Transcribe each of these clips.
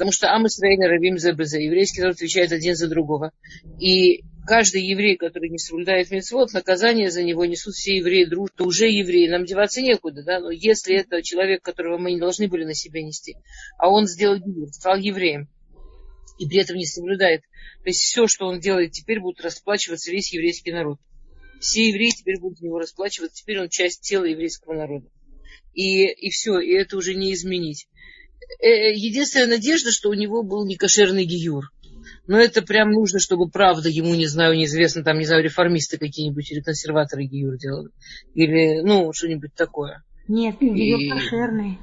Потому что Ам Исраэль Рабим зе бзе, еврейский народ отвечает один за другого. И каждый еврей, который не соблюдает мицвот, наказание за него несут все евреи дружно. Это уже евреи, нам деваться некуда, да? Но если это человек, которого мы не должны были на себе нести, а он сделал гиюр, стал евреем, и при этом не соблюдает, то есть все, что он делает, теперь будет расплачиваться весь еврейский народ. Все евреи теперь будут за него расплачиваться, теперь он часть тела еврейского народа. И все, и это уже не изменить. Единственная надежда, что у него был некошерный гиюр. Но это прям нужно, чтобы правда ему, не знаю, неизвестно, там, не знаю, реформисты какие-нибудь или консерваторы гиюр делали. Или, ну, что-нибудь такое. Нет, гиюр кошерный.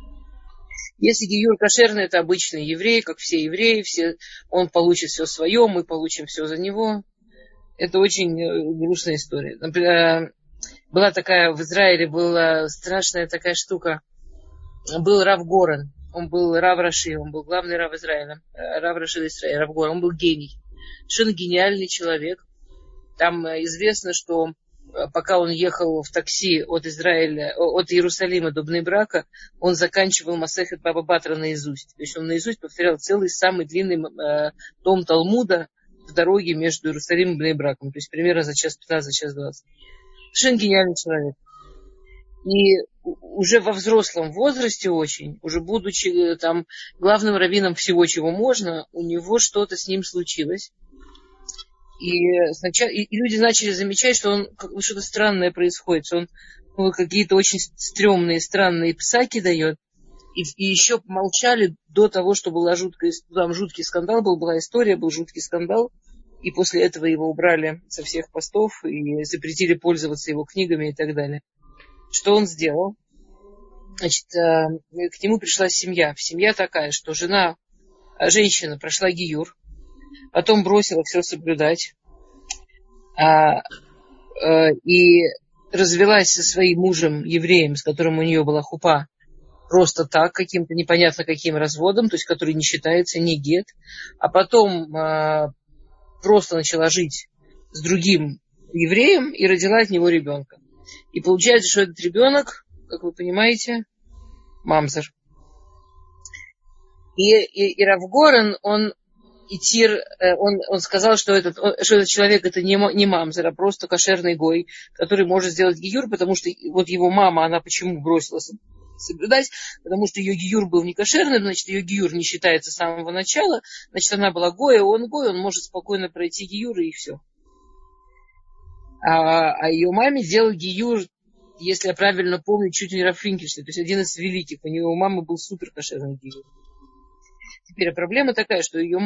Если гиюр кошерный, это обычный еврей, как все евреи, он получит все свое, мы получим все за него. Это очень грустная история. Например, была такая, в Израиле была страшная такая штука. Был Рав Горан, он был Рав Раши, он был главный Рав Израиля, Рав Раши Израиля, Рав Горан, он был гений. Совершенно гениальный человек. Там известно, что пока он ехал в такси от Иерусалима до Бней-Брака, он заканчивал Масехет Баба Батра наизусть. То есть он наизусть повторял целый самый длинный том Талмуда в дороге между Иерусалимом и Бней-Браком. То есть примерно за час 15, за час 20. Совершенно гениальный человек. И уже во взрослом возрасте очень, уже будучи там главным раввином всего, чего можно, у него что-то с ним случилось. И сначала и люди начали замечать, что что-то странное происходит, что он какие-то очень стрёмные, странные псаки дает. И еще молчали до того, что была там жуткий скандал была история, был жуткий скандал. И после этого его убрали со всех постов и запретили пользоваться его книгами и так далее. Что он сделал? Значит, к нему пришла семья. Семья такая, что женщина прошла гиюр, потом бросила все соблюдать и развелась со своим мужем, евреем, с которым у нее была хупа, просто так, каким-то непонятно каким разводом, то есть который не считается, не гет, а потом просто начала жить с другим евреем и родила от него ребенка. И получается, что этот ребенок, как вы понимаете, мамзер. И Рав Горан, он сказал, что этот человек это не мамзер, а просто кошерный гой, который может сделать гиюр, потому что вот его мама, она почему бросила соблюдать, потому что ее гиюр был не кошерный, значит, ее гиюр не считается с самого начала, значит, она была гой, он может спокойно пройти гиюр и все. А ее маме сделал гиюр, если я правильно помню, чуть ли не Рав Финкельштейн, то есть один из великих. У него мамы был супер кошерный гиюр. Теперь проблема такая, что у нее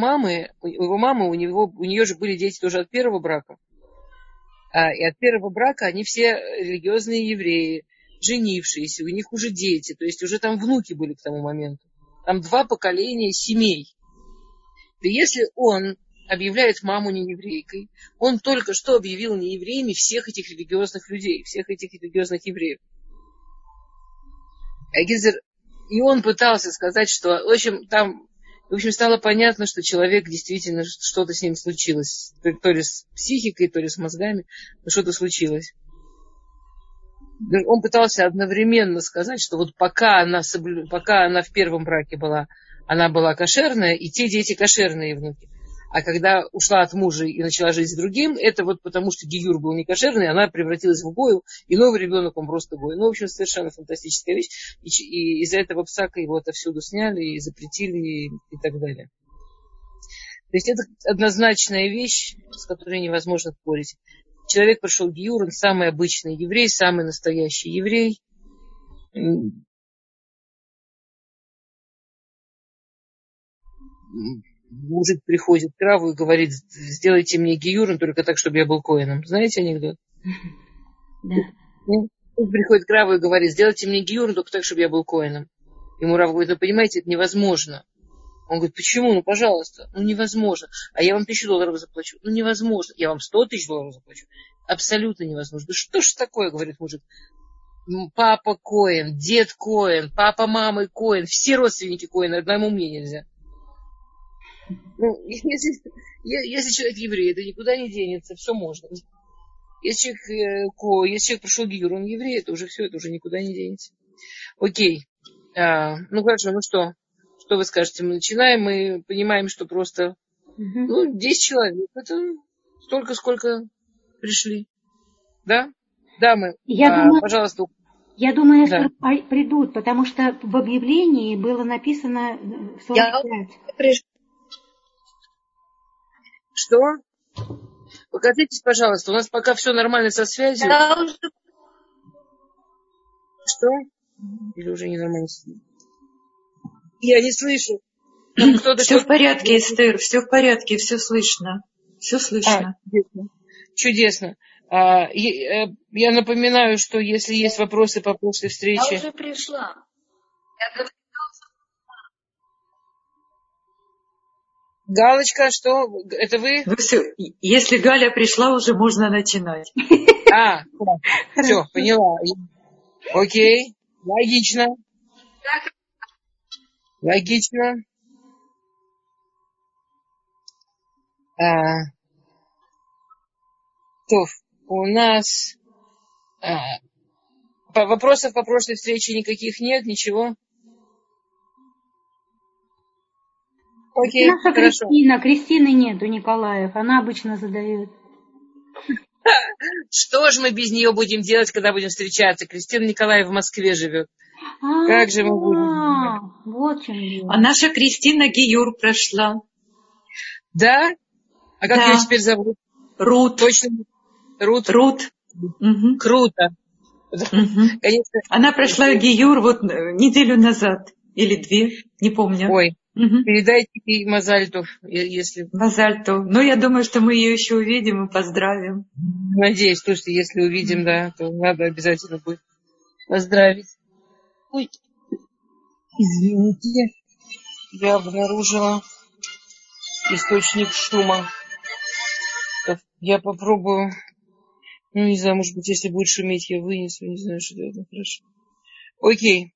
у нее же были дети тоже от первого брака. И от первого брака они все религиозные евреи, женившиеся, у них уже дети, то есть уже там внуки были к тому моменту. Там 2 поколения семей. И если он объявляет маму нееврейкой, он только что объявил неевреями всех этих религиозных людей, всех этих религиозных евреев. И он пытался сказать, что, в общем, стало понятно, что человек действительно, что-то с ним случилось. То ли с психикой, то ли с мозгами, но что-то случилось. Он пытался одновременно сказать, что вот пока она в первом браке была, она была кошерная, и те дети кошерные внуки. А когда ушла от мужа и начала жить с другим, это вот потому, что гиюр был не кошерный, она превратилась в гою, и новый ребенок, он просто гой. Ну, в общем, совершенно фантастическая вещь. И из-за этого псака его отовсюду сняли и запретили и так далее. То есть это однозначная вещь, с которой невозможно спорить. Человек прошел гиюр, он самый обычный еврей, самый настоящий еврей. Мужик приходит к Раву и говорит: сделайте мне гиюр, но только так, чтобы я был коэном. Знаете анекдот? Да. Он приходит к Раву и говорит: сделайте мне гиюр, но только так, чтобы я был коэном. Ему Рав говорит: вы понимаете, это невозможно. Он говорит: почему? Ну, пожалуйста. Ну, невозможно. А я вам $1000 заплачу. Ну, невозможно. Я вам $100 000 заплачу. Абсолютно невозможно. Да что ж такое, говорит мужик. Папа коэн, дед коэн, папа мамы коэн, все родственники коэна, одному мне нельзя. Ну, если человек еврей, это никуда не денется, все можно. Если человек прошел гиюр, он еврей, это уже все, это уже никуда не денется. Окей. Ну хорошо, ну что? Что вы скажете? Мы начинаем, мы понимаем, что просто 10 человек. Это столько, сколько пришли. Да? Дамы, пожалуйста. Я думаю, да. что придут, потому что в объявлении было написано 45. Что? Покажитесь, пожалуйста. У нас пока все нормально со связью. Что? Или уже не нормально? Я не слышу. Все в порядке, Эстер, все в порядке, все слышно. Все слышно. Чудесно. Я напоминаю, что если есть вопросы по прошлой встрече... Я уже пришла. Галочка, что? Это вы? Ну все, если Галя пришла, уже можно начинать. Все, поняла. Окей, логично. Логично. То у нас вопросов по прошлой встрече никаких нет, ничего? Окей, наша хорошо. Кристины нет у Николаев, она обычно задает. Что же мы без нее будем делать, когда будем встречаться? Кристина Николаева в Москве живет. Как же мы будем? Вот чем дело. А наша Кристина Гиюр прошла. Да? А как ее теперь зовут? Рут. Точно? Рут. Угу. Круто. Угу. Конечно. Она прошла Гиюр неделю назад. Или 2, не помню. Ой, передайте ей Мазальтов, если... Мазальтов. Ну, я думаю, что мы ее еще увидим и поздравим. Надеюсь, что если увидим, то надо обязательно будет поздравить. Ой, извините, я обнаружила источник шума. Я попробую, не знаю, может быть, если будет шуметь, я вынесу, не знаю, что это хорошо. Окей.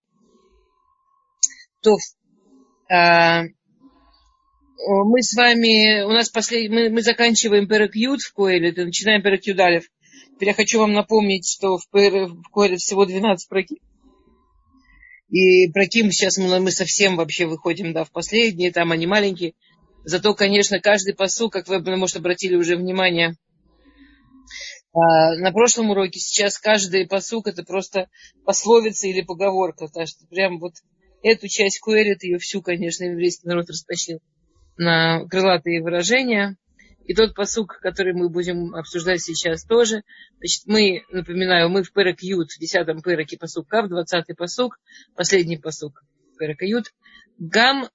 Мы с вами, у нас мы заканчиваем Перек Юд в Коэлет и начинаем Перек Юд Алеф. Теперь я хочу вам напомнить, что в Коэлет всего 12 праким. И праким сейчас мы совсем вообще выходим, в последние, там они маленькие. Зато, конечно, каждый пасук, как вы, может, обратили уже внимание, на прошлом уроке, сейчас каждый пасук это просто пословица или поговорка. Так что прям вот эту часть Коэлет, ее всю, конечно, еврейский народ растащил на крылатые выражения. И тот пасук, который мы будем обсуждать сейчас тоже. Значит, напоминаю, мы в Перек Юд, в 10-м Переке пасук Кав, 20-й пасук, последний пасук Перека Юд. Гам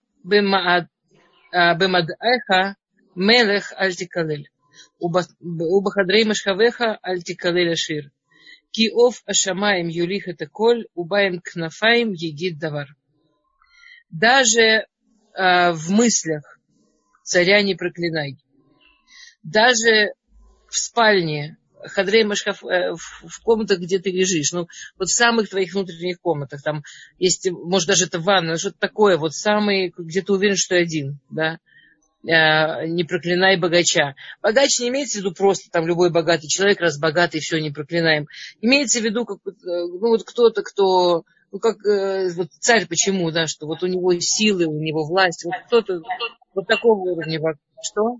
бемад'эха мелех аль тикалель. Убахадрей машхавеха аль тикалель ашир. Ки ов ашамаем юлих это коль, убаем кнафаем егид давар. Даже в мыслях царя не проклинай. Даже в спальне, хадрей машхав, в комнатах, где ты лежишь, вот в самых твоих внутренних комнатах, там есть, может, даже это ванна, что-то такое, вот самые, где ты уверен, что один, не проклинай богача. Богач не имеется в виду просто там любой богатый человек, раз богатый, все, не проклинаем. Имеется в виду, кто-то, кто, вот царь почему, что вот у него силы, у него власть, вот кто-то вот такого уровня. Что?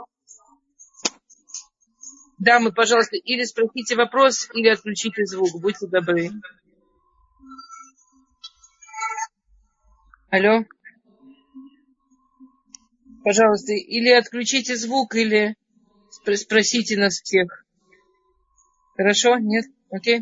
Дамы, пожалуйста, или спросите вопрос, или отключите звук. Будьте добры. Алло? Пожалуйста, или отключите звук, или спросите нас всех. Хорошо? Нет? Окей?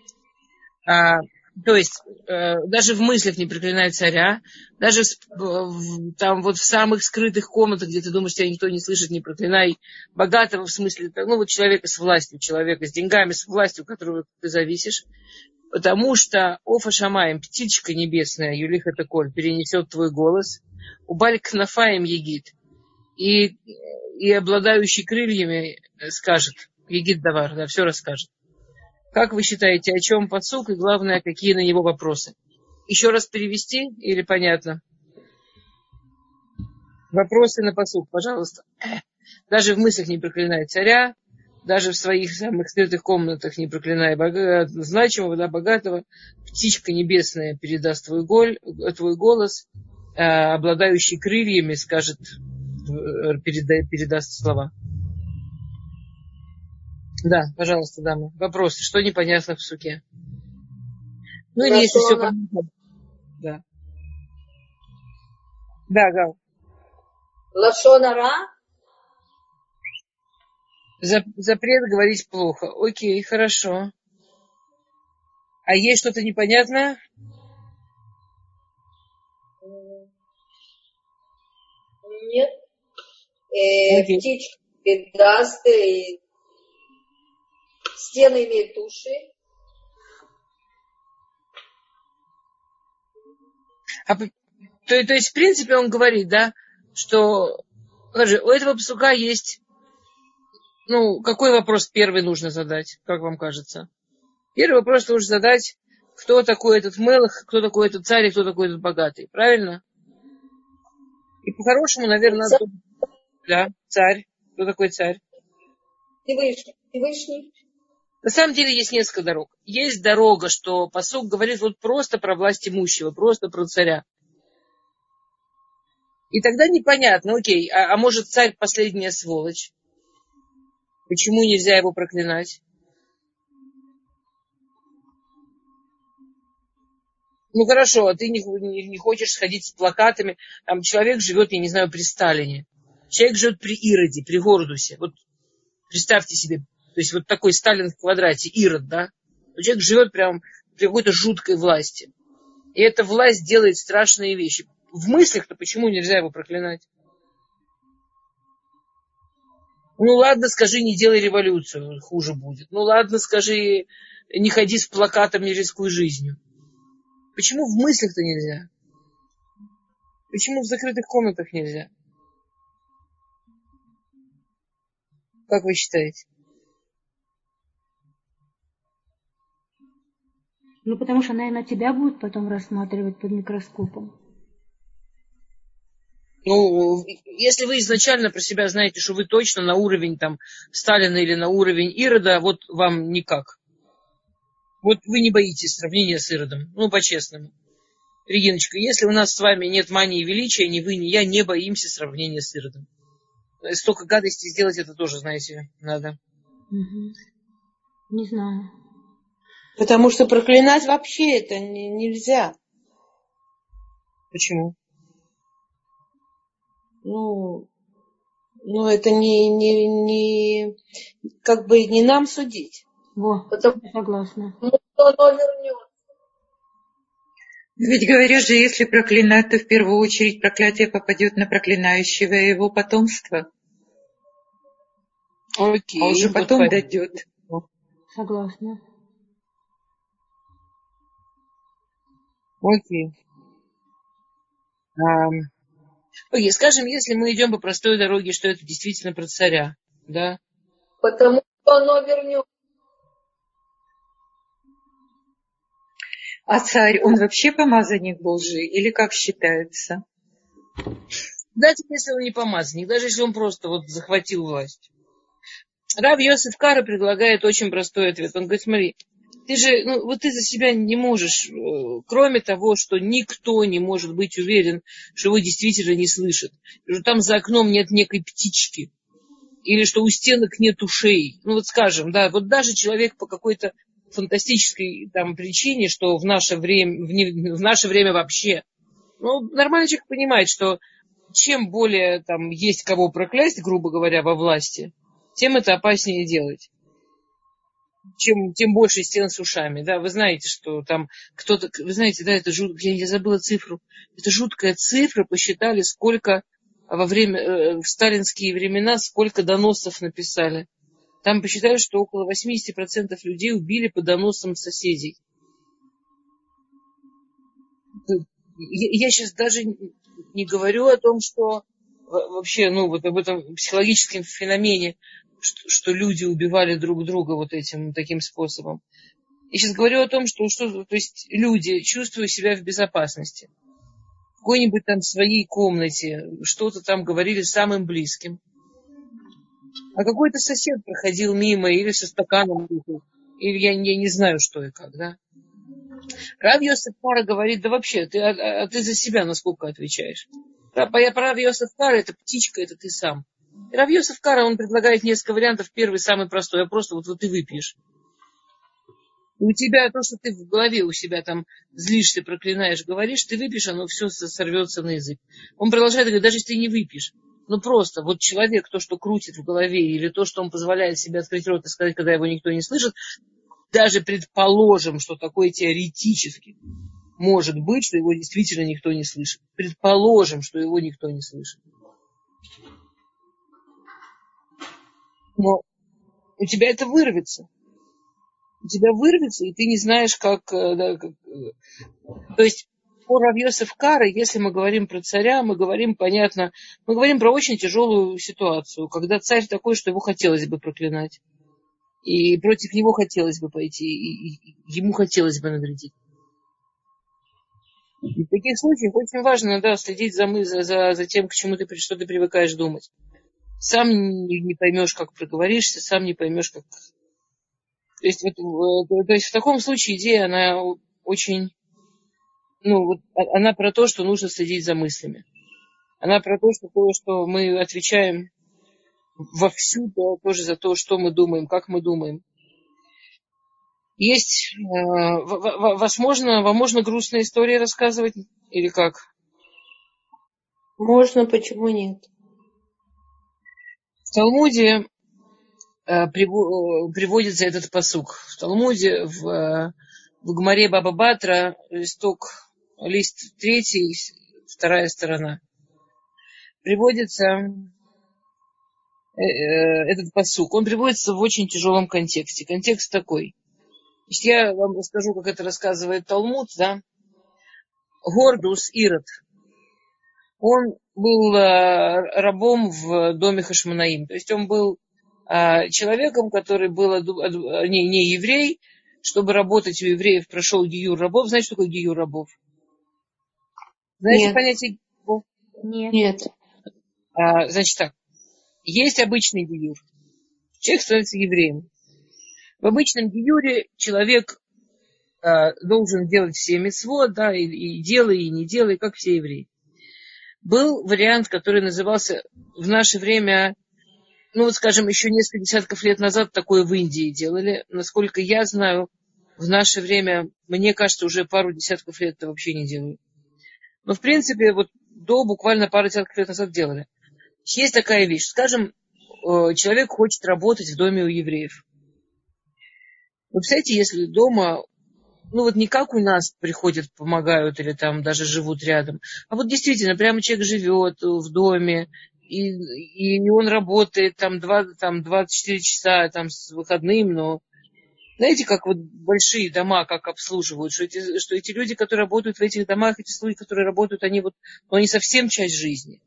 То есть, даже в мыслях не проклинай царя, даже там вот в самых скрытых комнатах, где ты думаешь, тебя никто не слышит, не проклинай богатого, в смысле, человека с властью, человека с деньгами, с властью, которого ты зависишь, потому что Офа Шамаем, птичка небесная, Юлих это коль, перенесет твой голос, Убаль Кнафаем егид, и обладающий крыльями скажет, егид давар, все расскажет. Как вы считаете, о чем пасук и, главное, какие на него вопросы? Еще раз перевести или понятно? Вопросы на пасук, пожалуйста. Даже в мыслях не проклинай царя, даже в своих самых скрытых комнатах не проклинай значимого, богатого. Птичка небесная передаст твой голос. обладающий крыльями, скажет, передаст слова. Да, пожалуйста, дамы. Вопросы. Что непонятно в суке? Ну или если все понятно. Да. Да, Гал. Лашон ара? Запрет говорить плохо. Окей, хорошо. А есть что-то непонятное? Нет. Птичка даст, стены имеют уши. То есть, в принципе, он говорит, да, что скажи, у этого псука есть, какой вопрос первый нужно задать, как вам кажется? Первый вопрос нужно задать, кто такой этот Мелах, кто такой этот царь и кто такой этот богатый, правильно? И по-хорошему, наверное, да, царь. Кто такой царь? Всевышний. На самом деле есть несколько дорог. Есть дорога, что пасук говорит вот просто про власть имущего, просто про царя. И тогда непонятно, окей, а может царь последняя сволочь? Почему нельзя его проклинать? Хорошо, а ты не хочешь сходить с плакатами. Там человек живет, я не знаю, при Сталине. Человек живет при Ироде, при Гордусе. Вот представьте себе, то есть вот такой Сталин в квадрате, Ирод, да? Человек живет прям при какой-то жуткой власти. И эта власть делает страшные вещи. В мыслях-то почему нельзя его проклинать? Ладно, скажи, не делай революцию, хуже будет. Ладно, скажи, не ходи с плакатом, не рискуй жизнью. Почему в мыслях-то нельзя? Почему в закрытых комнатах нельзя? Как вы считаете? Потому что, наверное, тебя будут потом рассматривать под микроскопом. Если вы изначально про себя знаете, что вы точно на уровень там Сталина или на уровень Ирода, вот вам никак. Вот вы не боитесь сравнения с Иродом. По-честному. Региночка, если у нас с вами нет мании величия, ни вы, ни я не боимся сравнения с Иродом. Столько гадостей сделать, это тоже, знаете, надо. Не знаю. Потому что проклинать вообще это нельзя. Почему? Это не как бы не нам судить. Согласна. Оно вернется. Ведь говорят же, если проклинать, то в первую очередь проклятие попадет на проклинающего и его потомство. Окей. А уже потом дойдет. Согласна. Окей. Окей, скажем, если мы идем по простой дороге, что это действительно про царя, да? Потому что оно вернется. А царь, он вообще помазанник Божий или как считается? Даже если он не помазанник, даже если он просто захватил власть. Рав Йосеф Кара предлагает очень простой ответ. Он говорит, смотри, ты же, ты за себя не можешь, кроме того, что никто не может быть уверен, что его действительно не слышат. Что там за окном нет некой птички. Или что у стенок нет ушей. Скажем, да, даже человек по какой-то фантастической причине, что в наше время вообще. Нормальный человек понимает, что чем более есть кого проклясть, грубо говоря, во власти, тем это опаснее делать. Тем больше стен с ушами. Да, вы знаете, что там кто-то, вы знаете, да, это я забыла цифру. Это жуткая цифра, посчитали, сколько в сталинские времена, сколько доносов написали. Там посчитали, что около 80% людей убили по доносам соседей. Я сейчас даже не говорю о том, что вообще, об этом психологическом феномене, что люди убивали друг друга этим таким способом. Я сейчас говорю о том, что то есть люди чувствуют себя в безопасности. В какой-нибудь своей комнате, что-то там говорили самым близким. А какой-то сосед проходил мимо или со стаканом, или я не знаю, что и как, да? Рав Йосеф Кара говорит, да вообще, ты за себя насколько отвечаешь? Рав Йосеф Кара, это птичка, это ты сам. И Рав Йосеф Кара, он предлагает несколько вариантов. Первый, самый простой, просто вот ты выпьешь. И у тебя то, что ты в голове у себя там злишься, проклинаешь, говоришь, ты выпьешь, оно все сорвется на язык. Он продолжает говорить, даже если ты не выпьешь, ну просто, вот человек, то, что крутит в голове, или то, что он позволяет себе открыть рот и сказать, когда его никто не слышит, даже предположим, что такое теоретически может быть, что его действительно никто не слышит. Предположим, что его никто не слышит. Но у тебя это вырвется. У тебя вырвется, и ты не знаешь, как... То есть, по Рав Йосеф Кара, если мы говорим про царя, мы говорим, понятно, мы говорим про очень тяжелую ситуацию, когда царь такой, что его хотелось бы проклинать. И против него хотелось бы пойти, и ему хотелось бы навредить. И в таких случаях очень важно, да, следить за тем, к чему что ты привыкаешь думать. Сам не поймешь, как проговоришься, сам не поймешь, как... То есть в таком случае идея, она очень... она про то, что нужно следить за мыслями. Она про то, что мы отвечаем вовсю, да, тоже за то, что мы думаем, как мы думаем. Есть, вам можно грустные истории рассказывать? Или как? Можно, почему нет? В Талмуде приводится этот пасук. В Талмуде, в Гмаре Баба Батра, лист 3, 2 сторона, приводится этот пасук. Он приводится в очень тяжелом контексте. Контекст такой. Значит, я вам расскажу, как это рассказывает Талмуд, да. Гордус Ирод. Он был рабом в доме Хашмонаим. То есть он был человеком, который был не еврей. Чтобы работать у евреев, прошел гиюр рабов. Знаете, что такое гиюр рабов? Знаете понятие гиюр? Нет. Значит так. Есть обычный гиюр. Человек становится евреем. В обычном гиюре человек должен делать все мицвот, да, и делай, и не делай, как все евреи. Был вариант, который назывался в наше время, скажем, еще несколько десятков лет назад такое в Индии делали. Насколько я знаю, в наше время, мне кажется, уже пару десятков лет это вообще не делают. Но, в принципе, до буквально пару десятков лет назад делали. Есть такая вещь. Скажем, человек хочет работать в доме у евреев. Вы представляете, если дома, не как у нас приходят, помогают или там даже живут рядом, а действительно, прямо человек живет в доме, и он работает там 24 часа там, с выходным, но знаете, как большие дома, как обслуживают, что эти люди, которые работают в этих домах, эти слуги, которые работают, они совсем часть жизни.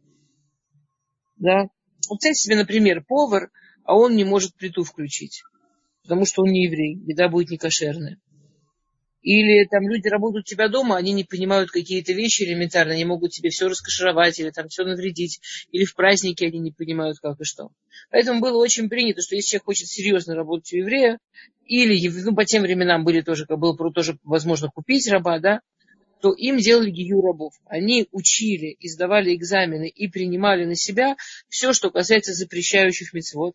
Да? Представьте себе, например, повар, а он не может плиту включить, потому что он не еврей, еда будет некошерная. Или там люди работают у тебя дома, они не понимают какие-то вещи элементарно, они могут тебе все раскошеровать или там все навредить, или в празднике они не понимают, как и что. Поэтому было очень принято, что если человек хочет серьезно работать у еврея, или по тем временам было тоже возможно купить раба, да, то им делали гиюр рабов. Они учили, издавали экзамены и принимали на себя все, что касается запрещающих мицвот.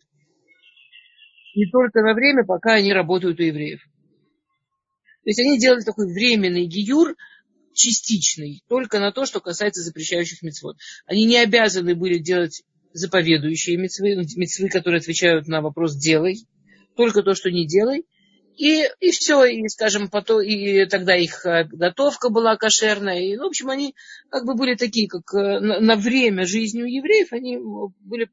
Не только на время, пока они работают у евреев. То есть они делали такой временный гиюр, частичный, только на то, что касается запрещающих мицвот. Они не обязаны были делать заповедующие мицвы, которые отвечают на вопрос «делай», только то, что не делай. И все, и, скажем, потом, и тогда их готовка была кошерная. И, в общем, они были такие, как на время жизни у евреев, они были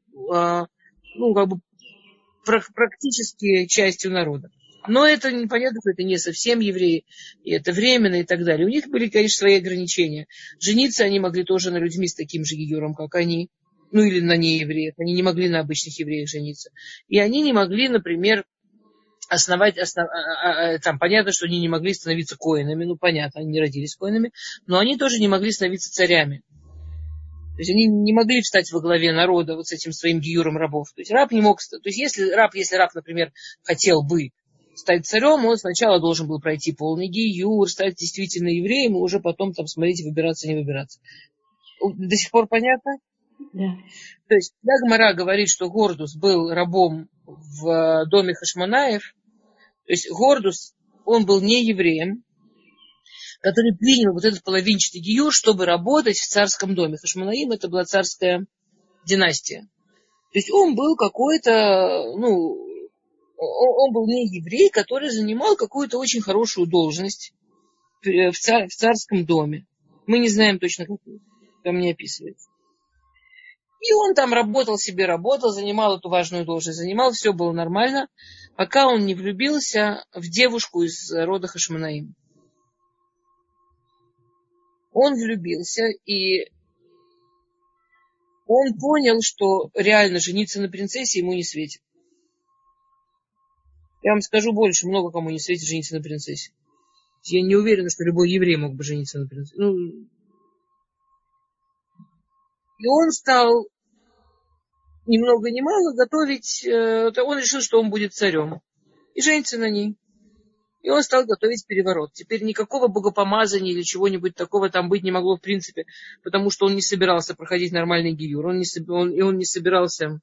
практически частью народа. Но это непонятно, что это не совсем евреи, и это временно и так далее. У них были, конечно, свои ограничения. Жениться они могли тоже на людьми с таким же гиюром, как они, или на неевреях. Они не могли на обычных евреях жениться. И они не могли, например, понятно, что они не могли становиться коэнами, понятно, они не родились коэнами, но они тоже не могли становиться царями. То есть они не могли встать во главе народа с этим своим гиюром рабов. То есть раб не мог... То есть если раб, например, хотел бы стать царем, он сначала должен был пройти полный гиюр, стать действительно евреем, и уже потом там смотреть, выбираться, не выбираться. До сих пор понятно? Да. То есть, когда Гмара говорит, что Гордус был рабом в доме Хашмонаев, то есть Гордус, он был не евреем, который принял вот этот половинчатый гиюр, чтобы работать в царском доме. Хашмонаим — это была царская династия. То есть он был какой-то, он был не еврей, который занимал какую-то очень хорошую должность в царском доме. Мы не знаем точно, какую, там не описывается. И он там работал, занимал эту важную должность, все было нормально, пока он не влюбился в девушку из рода Хашмонаим. Он влюбился, и он понял, что реально жениться на принцессе ему не светит. Я вам скажу больше, много кому не светит жениться на принцессе. Я не уверена, что любой еврей мог бы жениться на принцессе. И он стал ни много ни мало готовить, он решил, что он будет царем. И женится на ней. И он стал готовить переворот. Теперь никакого богопомазания или чего-нибудь такого там быть не могло в принципе, потому что он не собирался проходить нормальный гиюр, он не собирался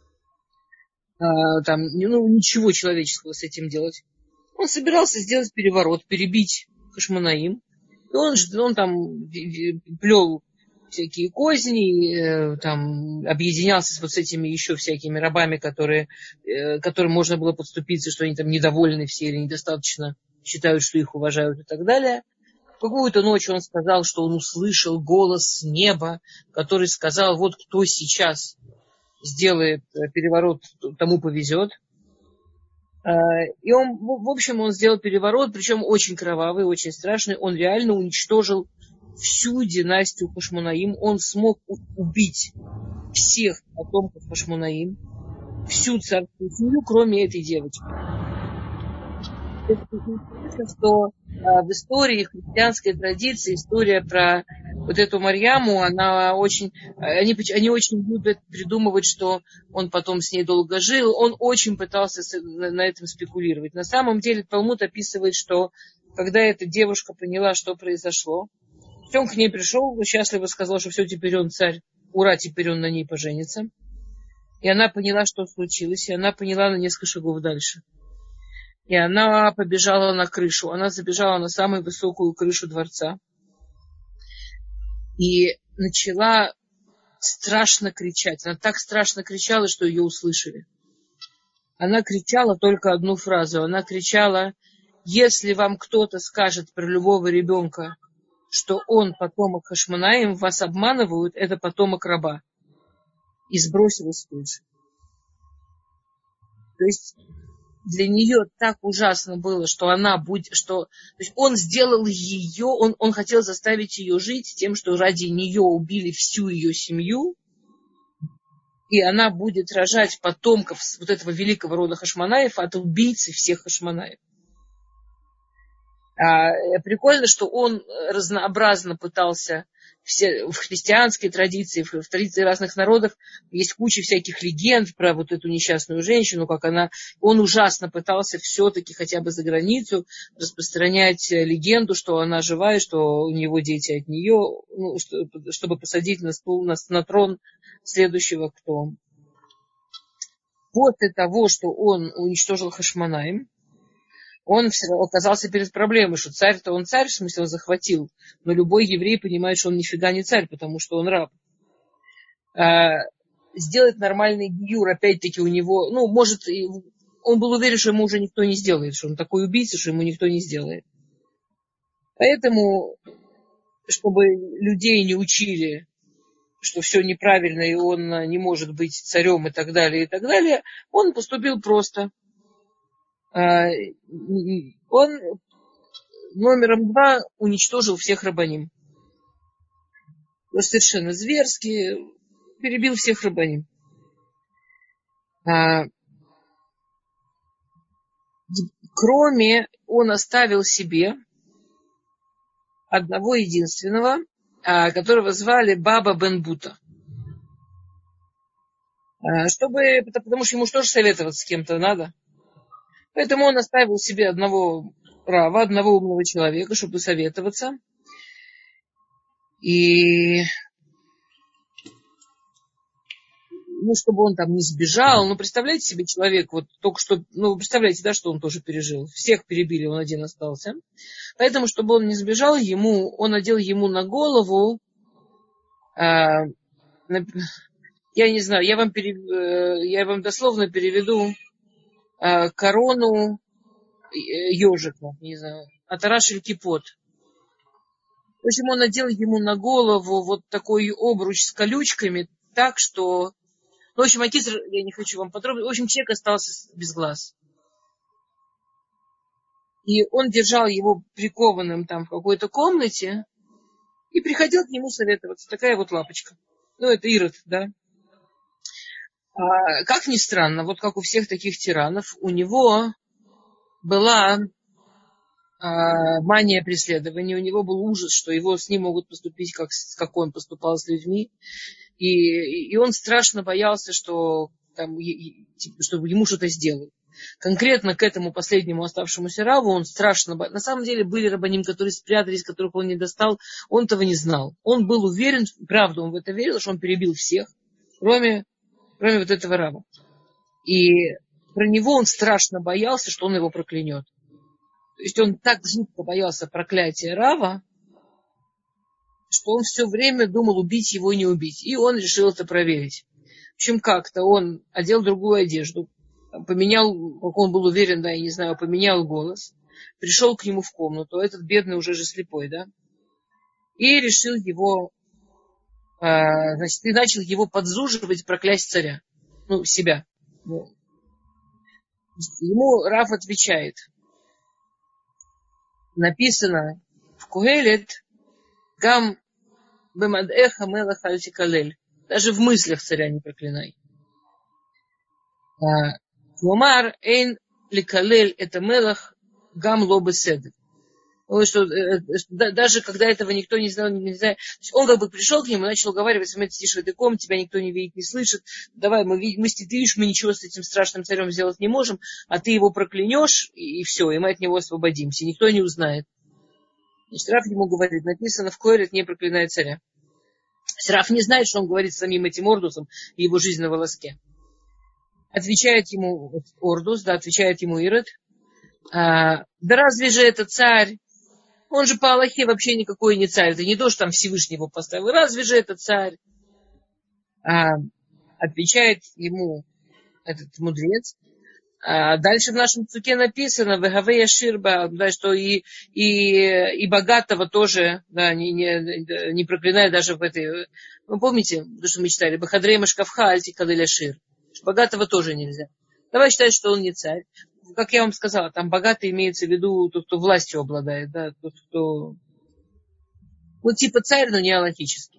ничего человеческого с этим делать. Он собирался сделать переворот, перебить Хашмонаим. И он там плел всякие козни, там объединялся с этими еще всякими рабами, которым можно было подступиться, что они там недовольны все или недостаточно считают, что их уважают и так далее. В какую-то ночь он сказал, что он услышал голос с неба, который сказал, вот кто сейчас сделает переворот, тому повезет. И он, в общем, он сделал переворот, причем очень кровавый, очень страшный. Он реально уничтожил всю династию Хашмонаим. Он смог убить всех потомков Хашмонаим, всю царскую семью, кроме этой девочки. Это интересно, что в истории христианской традиции история про вот эту Марьяму, они очень любят придумывать, что он потом с ней долго жил. Он очень пытался на этом спекулировать. На самом деле Талмуд описывает, что когда эта девушка поняла, что произошло, он к ней пришел, счастливо сказал, что все, теперь он царь, ура, теперь он на ней поженится. И она поняла, что случилось, и она поняла на несколько шагов дальше. И она побежала на крышу, она забежала на самую высокую крышу дворца и начала страшно кричать. Она так страшно кричала, что ее услышали. Она кричала только одну фразу. Она кричала, если вам кто-то скажет про любого ребенка, что он потомок Хашмонаим, вас обманывают, это потомок раба. И сбросилась с крыши. То есть для нее так ужасно было, что она будет, то есть он сделал ее, он хотел заставить ее жить тем, что ради нее убили всю ее семью, и она будет рожать потомков вот этого великого рода Хашмонаев от убийцы всех Хашмонаев. Прикольно, что он разнообразно пытался в христианской традиции, в традиции разных народов есть куча всяких легенд про вот эту несчастную женщину, он ужасно пытался все-таки хотя бы за границу распространять легенду, что она жива и что у него дети от нее, чтобы посадить на трон следующего, кто. После того, что он уничтожил Хашмонаим, он оказался перед проблемой, что царь-то он царь, в смысле он захватил, но любой еврей понимает, что он нифига не царь, потому что он раб. Сделать нормальный гиюр, опять-таки у него, он был уверен, что ему уже никто не сделает, что он такой убийца, что ему никто не сделает. Поэтому, чтобы людей не учили, что все неправильно, и он не может быть царем и так далее, он поступил просто. Он номером 2 уничтожил всех рабаним. Совершенно зверски перебил всех рабаним. Кроме, он оставил себе одного единственного, которого звали Баба бен Бута. Потому что ему же тоже советоваться с кем-то надо. Поэтому он оставил себе одного рава, одного умного человека, чтобы советоваться. И, чтобы он там не сбежал. Представляете себе, человек, вот только что, представляете, да, что он тоже пережил. Всех перебили, он один остался. Поэтому, чтобы он не сбежал, он надел ему на голову, я не знаю, я вам дословно переведу корону ежика, не знаю, атараш кипот. В общем, он надел ему на голову вот такой обруч с колючками, так что... в общем, акицр, я не хочу вам подробно. В общем, человек остался без глаз. И он держал его прикованным там в какой-то комнате и приходил к нему советоваться. Такая вот лапочка. Это Ирод, да. Как ни странно, вот как у всех таких тиранов, у него была мания преследования, у него был ужас, что с ним могут поступить, как он поступал с людьми. И он страшно боялся, что ему что-то сделают. Конкретно к этому последнему оставшемуся раву он страшно боялся. На самом деле были рабаним, которые спрятались, которых он не достал. Он этого не знал. Он был уверен, правда, он в это верил, что он перебил всех, кроме вот этого рава. И про него он страшно боялся, что он его проклянет. То есть он так жутко боялся проклятия рава, что он все время думал, убить его и не убить. И он решил это проверить. В общем, как-то он одел другую одежду, поменял, как он был уверен, да, я не знаю, поменял голос, пришел к нему в комнату, этот бедный уже же слепой, да, и решил его, и начал его подзуживать, проклясть царя, себя. Ему Рав отвечает. Написано в Куэлет, гам бемадэха мелах аль тикалель. Даже в мыслях царя не проклинай. Кломар эйн ликалель это мелах гам ло беседер. Даже когда этого никто не знал, не знает. Он как бы пришел к нему и начал уговаривать: смотри, ты сидишь в этой комнате, тебя никто не видит, не слышит. Давай, ты видишь, мы ничего с этим страшным царем сделать не можем, а ты его проклянешь, и все, и мы от него освободимся. Никто не узнает. Значит, Рав ему говорит, написано в Коэлет, не проклинай царя. Рав не знает, что он говорит с самим этим Ордусом и его жизнь на волоске. Отвечает ему Ордус, да, отвечает ему Ирод. Да разве же это царь? Он же по Аллахе вообще никакой не царь. Это не то, что там Всевышний его поставил. Разве же это царь? Отвечает ему этот мудрец. Дальше в нашем псуке написано, «Вегавея ширба», да, что и богатого тоже, да, не проклинает даже в этой... Вы помните, то, что мы читали? «Бахадрей машкавха альти калеля шир». Богатого тоже нельзя. Давай считать, что он не царь. Как я вам сказала, там богатый имеется в виду тот, кто властью обладает, да, тот, кто... типа царь, но не аллахический.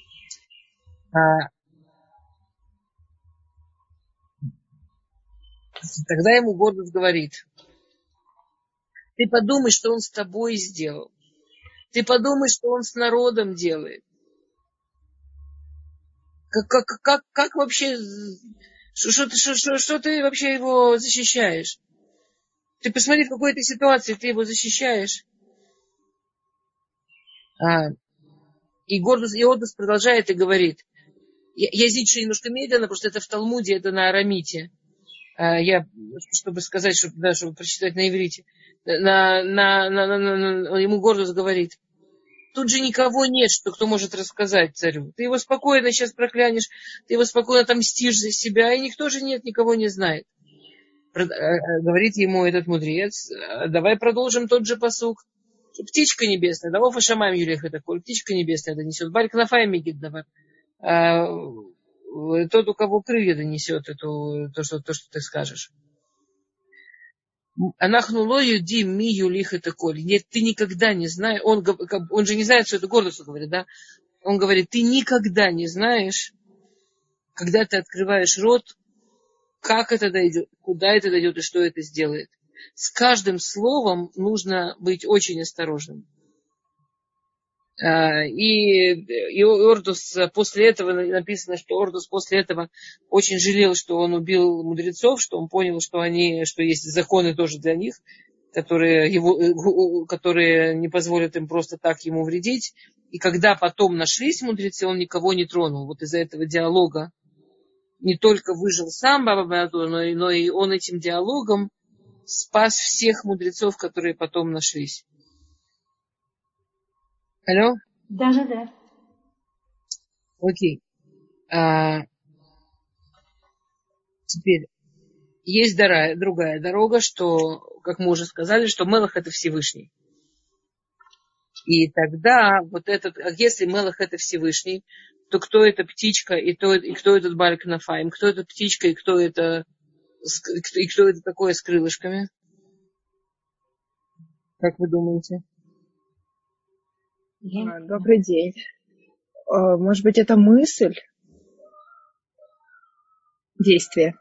Тогда ему Гордус говорит: ты подумай, что он с тобой сделал. Ты подумай, что он с народом делает. Как вообще... Что ты вообще его защищаешь? Ты посмотри, в какой ты ситуации ты его защищаешь. И Гордус продолжает и говорит. Я здесь немножко медленно, потому что это в Талмуде, это на арамите. Чтобы сказать, чтобы прочитать на иврите. Ему Гордус говорит. Тут же никого нет, кто может рассказать царю. Ты его спокойно сейчас проклянешь, ты его спокойно отомстишь за себя, и никто же никого не знает. Говорит ему этот мудрец, давай продолжим тот же пасук. Птичка небесная, давай фашамаем юлех это коль, птичка небесная донесет, барь кнафай мигит давай. Тот, у кого крылья донесет то, что ты скажешь. Анахнуло юди ми юлих это коль. Нет, ты никогда не знаешь. Он же не знает, что это Гордусу говорит, да? Он говорит, ты никогда не знаешь, когда ты открываешь рот, как это дойдет, куда это дойдет и что это сделает. С каждым словом нужно быть очень осторожным. И Ордус после этого, написано, что Ордус после этого очень жалел, что он убил мудрецов, что он понял, что есть законы тоже для них, которые не позволят им просто так ему вредить. И когда потом нашлись мудрецы, он никого не тронул. Вот из-за этого диалога не только выжил сам Баба Беатур, но и он этим диалогом спас всех мудрецов, которые потом нашлись. Алло? Да. Окей. Теперь есть другая дорога, что, как мы уже сказали, что Мелах это Всевышний. И тогда если Мелах это Всевышний, то кто эта птичка и кто этот Бааль Кнафаим, кто эта птичка и кто это такое с крылышками? Как вы думаете? Добрый день. Может быть, это мысль? Действие.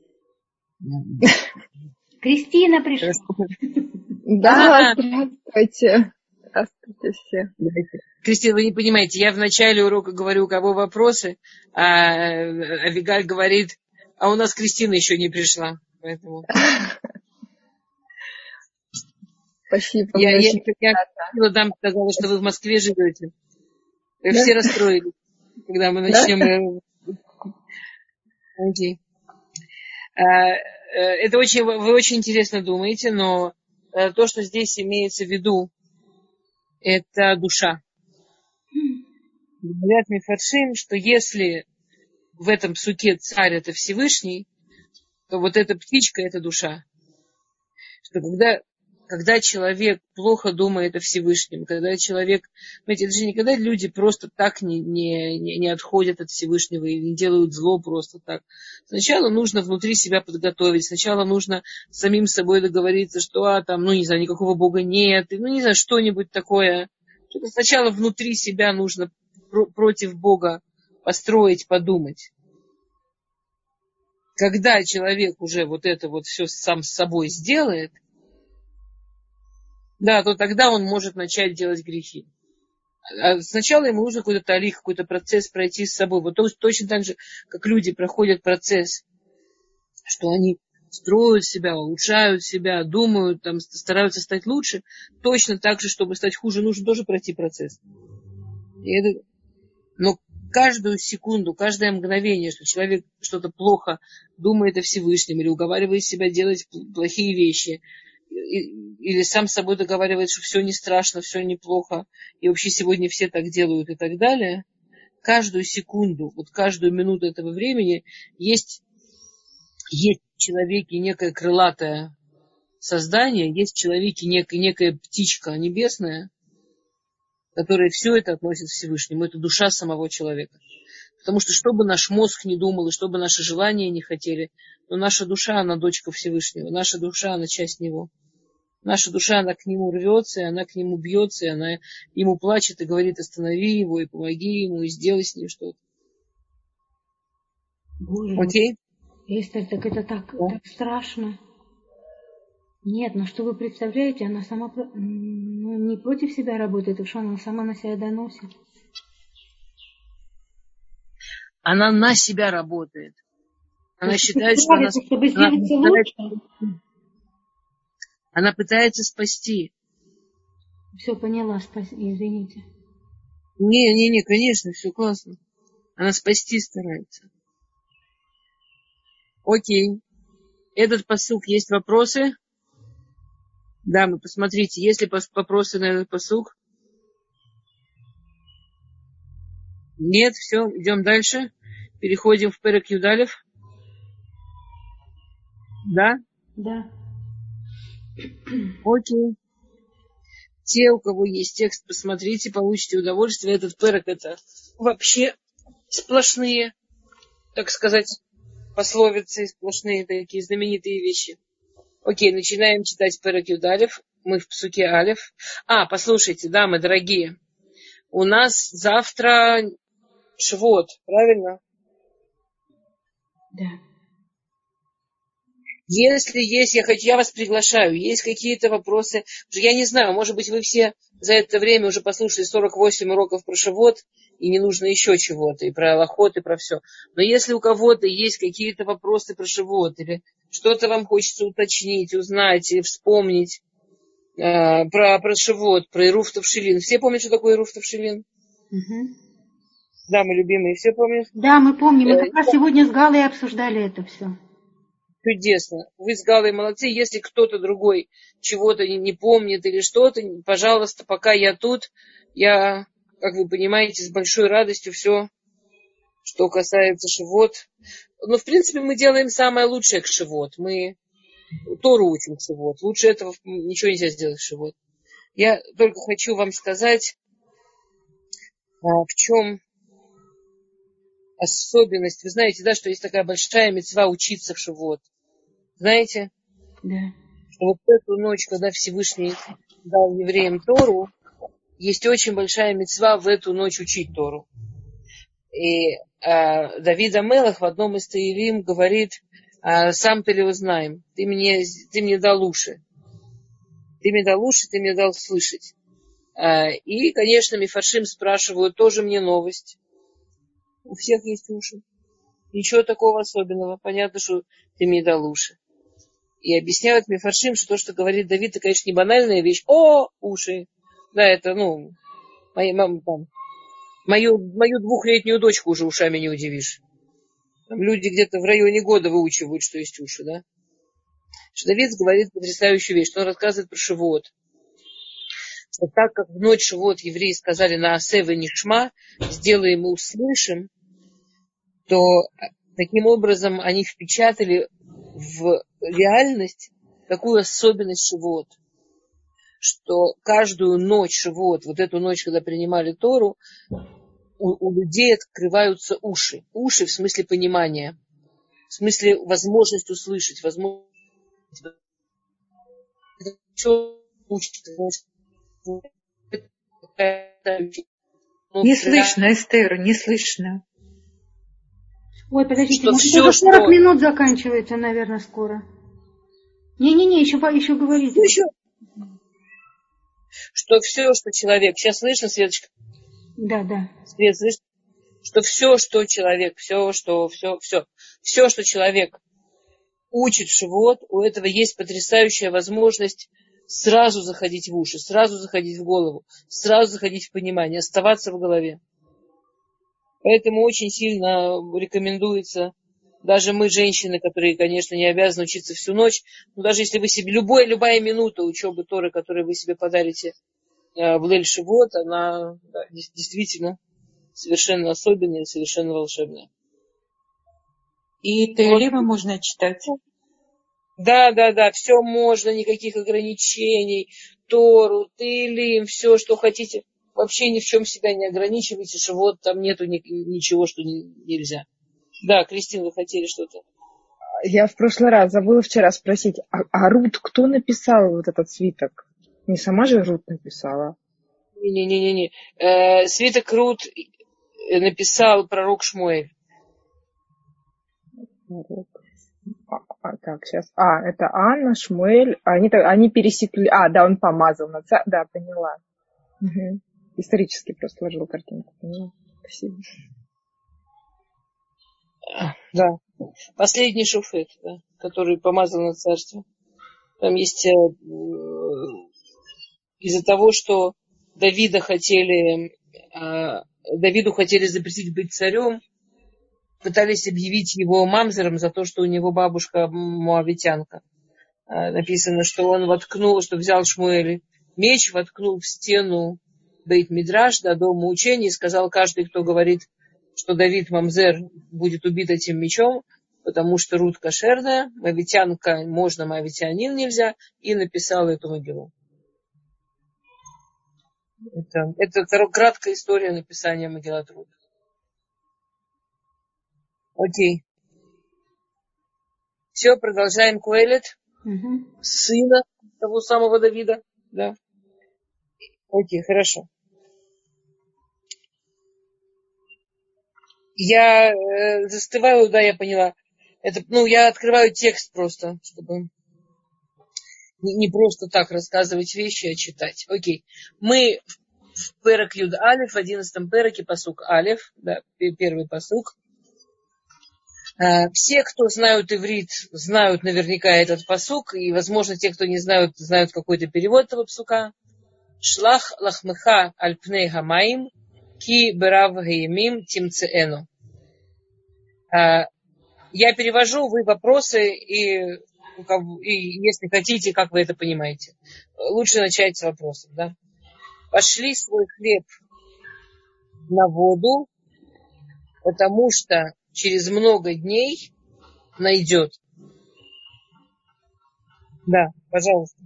Кристина пришла. Да, здравствуйте. Здравствуйте все. Кристина, вы не понимаете, я в начале урока говорю, у кого вопросы, а Авигаль говорит, а у нас Кристина еще не пришла. Поэтому... Спасибо. Я дам сказала, что вы в Москве живете. Вы все расстроились, когда мы начнем. Окей. Вы очень интересно думаете, но то, что здесь имеется в виду, это душа. Говорят мифаршим, что если в этом псуке царь это Всевышний, то вот эта птичка это душа. Что когда человек плохо думает о Всевышнем, когда человек, знаете, это же никогда люди просто так не отходят от Всевышнего и не делают зло просто так. Сначала нужно внутри себя подготовить, сначала нужно самим собой договориться, что никакого Бога нет, что-нибудь такое. Что-то сначала внутри себя нужно против Бога построить, подумать. Когда человек уже это все сам с собой сделает, да, то тогда он может начать делать грехи. А сначала ему нужно какой-то талих, какой-то процесс пройти с собой. Вот точно так же, как люди проходят процесс, что они строят себя, улучшают себя, думают, стараются стать лучше. Точно так же, чтобы стать хуже, нужно тоже пройти процесс. Но каждую секунду, каждое мгновение, что человек что-то плохо думает о Всевышнем или уговаривает себя делать плохие вещи, или сам с собой договаривает, что все не страшно, все неплохо, и вообще сегодня все так делают и так далее, каждую секунду, каждую минуту этого времени есть в человеке некое крылатое создание, есть в человеке некая птичка небесная, которая все это относит к Всевышнему. Это душа самого человека. Потому что бы наш мозг не думал, и что бы наши желания не хотели, но наша душа, она дочка Всевышнего. Наша душа, она часть Него. Наша душа, она к Нему рвется, и она к Нему бьется, и она Ему плачет и говорит, останови его, и помоги ему, и сделай с ним что-то. Боже Окей? Эстер, так это так страшно. Нет, что вы представляете, она сама не против себя работает, потому что она сама на себя доносит. Она на себя работает. Она считает, что она пытается спасти. Все поняла, извините. Не, конечно, все классно. Она спасти старается. Окей. Этот пасук, есть вопросы? Да, вы посмотрите, есть ли вопросы на этот пасук? Нет, все, идем дальше. Переходим в Перек Юдалев. Да? Да. Окей. Те, у кого есть текст, посмотрите, получите удовольствие. Этот Перек это вообще сплошные, так сказать, пословицы, сплошные такие знаменитые вещи. Окей, начинаем читать Перек Юдалев. Мы в псуке Алев. Послушайте, дамы дорогие, у нас завтра Швот, правильно? Да. Если есть, я вас приглашаю, есть какие-то вопросы, я не знаю, может быть, вы все за это время уже послушали 48 уроков про Шавот, и не нужно еще чего-то, и про Алахот, и про все. Но если у кого-то есть какие-то вопросы про Шавот, или что-то вам хочется уточнить, узнать, или вспомнить про Шавот, про Ируф Тавшилин. Все помнят, что такое Ируф Тавшилин? Угу. Да, мы любимые, все помнят? Да, мы помним. Мы как раз сегодня с Галой обсуждали это все. Чудесно. Вы с Галой молодцы. Если кто-то другой чего-то не помнит или что-то, пожалуйста, пока я тут, я, как вы понимаете, с большой радостью все, что касается Шивот. Но, в принципе, мы делаем самое лучшее к Шивот. Мы Тору учим к Шивот. Лучше этого ничего нельзя сделать в Шивот. Я только хочу вам сказать, в чем особенность. Вы знаете, да, что есть такая большая мицва учиться в Шивот. Знаете? Да. Что вот эту ночь, когда Всевышний дал евреям Тору, есть очень большая мицва в эту ночь учить Тору. И Давид Амелах в одном из Таилим говорит: сам ты ли узнаем, ты мне дал уши. Ты мне дал уши, ты мне дал слышать. И, конечно, Мифаршим спрашивают, тоже мне новость. У всех есть уши. Ничего такого особенного. Понятно, что ты мне дал уши. И объясняют Мифаршим, что то, что говорит Давид, это, конечно, не банальная вещь. О, уши. Да, это, мою двухлетнюю дочку уже ушами не удивишь. Там люди где-то в районе года выучивают, что есть уши, да? Что Давид говорит потрясающую вещь, что он рассказывает про Шивот. Что так как в ночь Шивот евреи сказали на Асев и Нишма, сделаем и услышим, то таким образом они впечатали в реальность такую особенность Шивот, что каждую ночь Шивот, вот эту ночь, когда принимали Тору, у людей открываются уши. Уши в смысле понимания, в смысле возможность услышать, возможность Не слышно, Эстер, не слышно. Ой, подождите, что может, все, уже 40 что... минут заканчивается, наверное, скоро. Не-не-не, еще говорите. Что все, что человек... Сейчас слышно, Светочка? Да. Свет, слышно? Что все, что человек, все, что человек учит в Шивот, у этого есть потрясающая возможность сразу заходить в уши, сразу заходить в голову, сразу заходить в понимание, оставаться в голове. Поэтому очень сильно рекомендуется, даже мы, женщины, которые, конечно, не обязаны учиться всю ночь, но даже если вы себе, любая минута учебы Торы, которую вы себе подарите в Лель Шивот, она действительно совершенно особенная, совершенно волшебная. И Тейлима можно читать. Да, все можно, никаких ограничений. Тору, Тейлим, все, что хотите. Вообще ни в чем себя не ограничивайте, что вот там нету ничего, что нельзя. Да, Кристина, вы хотели что-то? Я в прошлый раз забыла вчера спросить, а Рут кто написал вот этот свиток? Не сама же Рут написала? Не. Свиток Рут написал пророк Шмуэль. Так, сейчас. Это Анна, Шмуэль. Они пересекли. Да, он помазал на царь. Да, поняла. Угу. Исторически просто сложила картинку. Поняла. Спасибо. Да. Последний шуфет, да, который помазал на царство. Там есть из-за того, что Давиду хотели запретить быть царем, пытались объявить его мамзером за то, что у него бабушка моавитянка. Написано, что он взял Шмуэль меч, воткнул в стену Бейт-Мидраш, дома учения, и сказал: каждый, кто говорит, что Давид мамзер, будет убит этим мечом, потому что Рут кошерная, моавитянка можно, моавитянин нельзя, и написал эту могилу. Это краткая история написания Мегилат Рут. Окей. Все, продолжаем Куэлет. Угу. Сына того самого Давида. Да. Окей, хорошо. Я застываю, да, я поняла. Я открываю текст просто, чтобы... Не просто так рассказывать вещи, а читать. Окей. Мы в Перек Юд Алеф, в 11-м Переке, пасук Алеф, да, первый пасук. Все, кто знают иврит, знают наверняка этот пасук, и, возможно, те, кто не знают, знают какой-то перевод этого пасука. Шлах лахмеха аль пней хамаим, ки берав гаимим тимцеэну. Я перевожу, вы вопросы, и если хотите, как вы это понимаете. Лучше начать с вопросов, да? Пошли свой хлеб на воду, потому что через много дней найдет. Да, пожалуйста.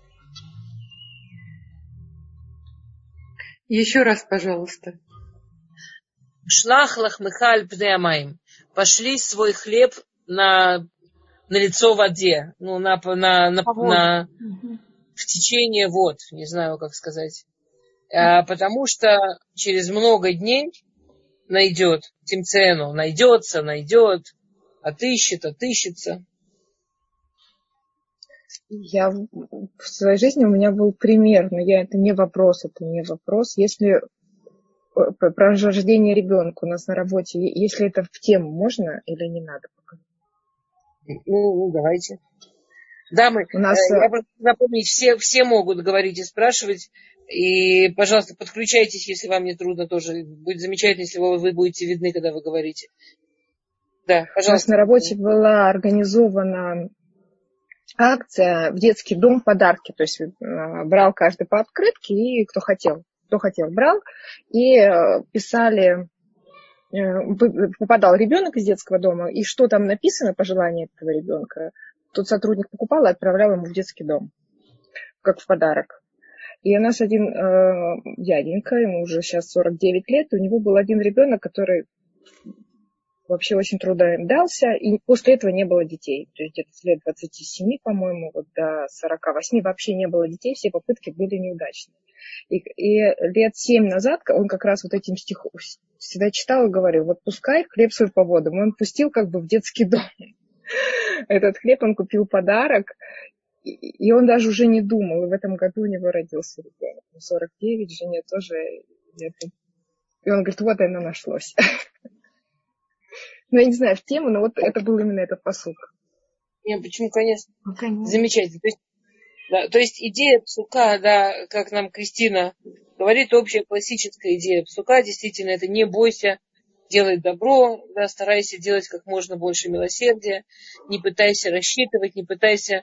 Еще раз, пожалуйста. Шлах лахмеха аль пней хамаим. Пошли свой хлеб на лицо воде, в течение вод, не знаю, как сказать. Потому что через много дней найдет тимцену, найдется, отыщется. В своей жизни у меня был пример, но это не вопрос. Если про рождение ребенка у нас на работе, если это в тему, можно или не надо пока? Давайте. Да, я просто напомнить, все могут говорить и спрашивать. И, пожалуйста, подключайтесь, если вам не трудно тоже. Будет замечательно, если вы будете видны, когда вы говорите. Да, пожалуйста. У нас на работе была организована акция в детский дом подарки. То есть брал каждый по открытке, и кто хотел брал. И писали, попадал ребенок из детского дома, и что там написано, пожелание этого ребенка, тот сотрудник покупал и отправлял ему в детский дом, как в подарок. И у нас один дяденька, ему уже сейчас 49 лет, у него был один ребенок, который вообще очень трудно им дался, и после этого не было детей. То есть где-то с лет 27, по-моему, до 48 вообще не было детей, все попытки были неудачные. И лет 7 назад он как раз этим стихом всегда читал и говорил, вот пускай хлеб свой по водам. Он пустил в детский дом. Этот хлеб он купил подарок, и он даже уже не думал. И в этом году у него родился ребенок. 49, жене тоже. И он говорит, вот оно нашлось. Я не знаю, в тему, но это был именно этот пасук. Нет, почему, конечно. Замечательно. То есть идея псука, да, как нам Кристина говорит, общая классическая идея псука, действительно, это не бойся, делай добро, да, старайся делать как можно больше милосердия, не пытайся рассчитывать, не пытайся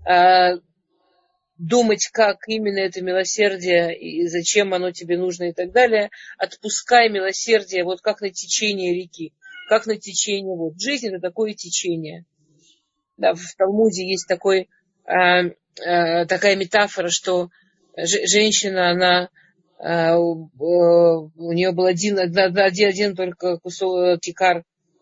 думать, как именно это милосердие и зачем оно тебе нужно и так далее. Отпускай милосердие, вот как на течение реки, как на течение вод. Жизнь — это такое течение. Да, в Талмуде есть такая метафора, что женщина, она у нее был один только кусок кикар,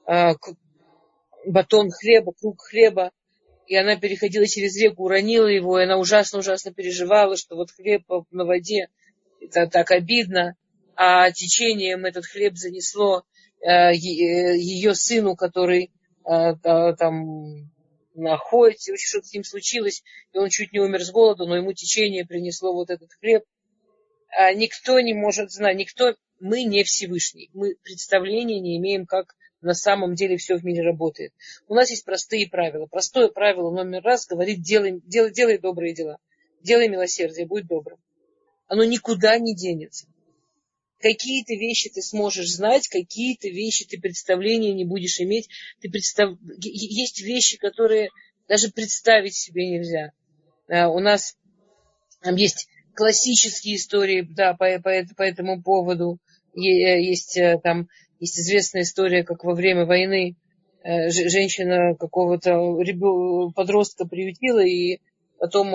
батон хлеба, круг хлеба, и она переходила через реку, уронила его, и она ужасно переживала, что вот хлеб на воде, это так обидно, а течением этот хлеб занесло ее сыну, который там находится, что-то с ним случилось, и он чуть не умер с голоду, но ему течение принесло вот этот хлеб. Никто не может знать, мы не Всевышний, мы представления не имеем, как на самом деле все в мире работает. У нас есть простые правила. Простое правило номер раз говорит, делай добрые дела, делай милосердие, будь добрым. Оно никуда не денется. Какие-то вещи ты сможешь знать, какие-то вещи ты представления не будешь иметь. Есть вещи, которые даже представить себе нельзя. У нас там есть классические истории, да, по этому поводу. Есть известная история, как во время войны женщина какого-то подростка приютила, и потом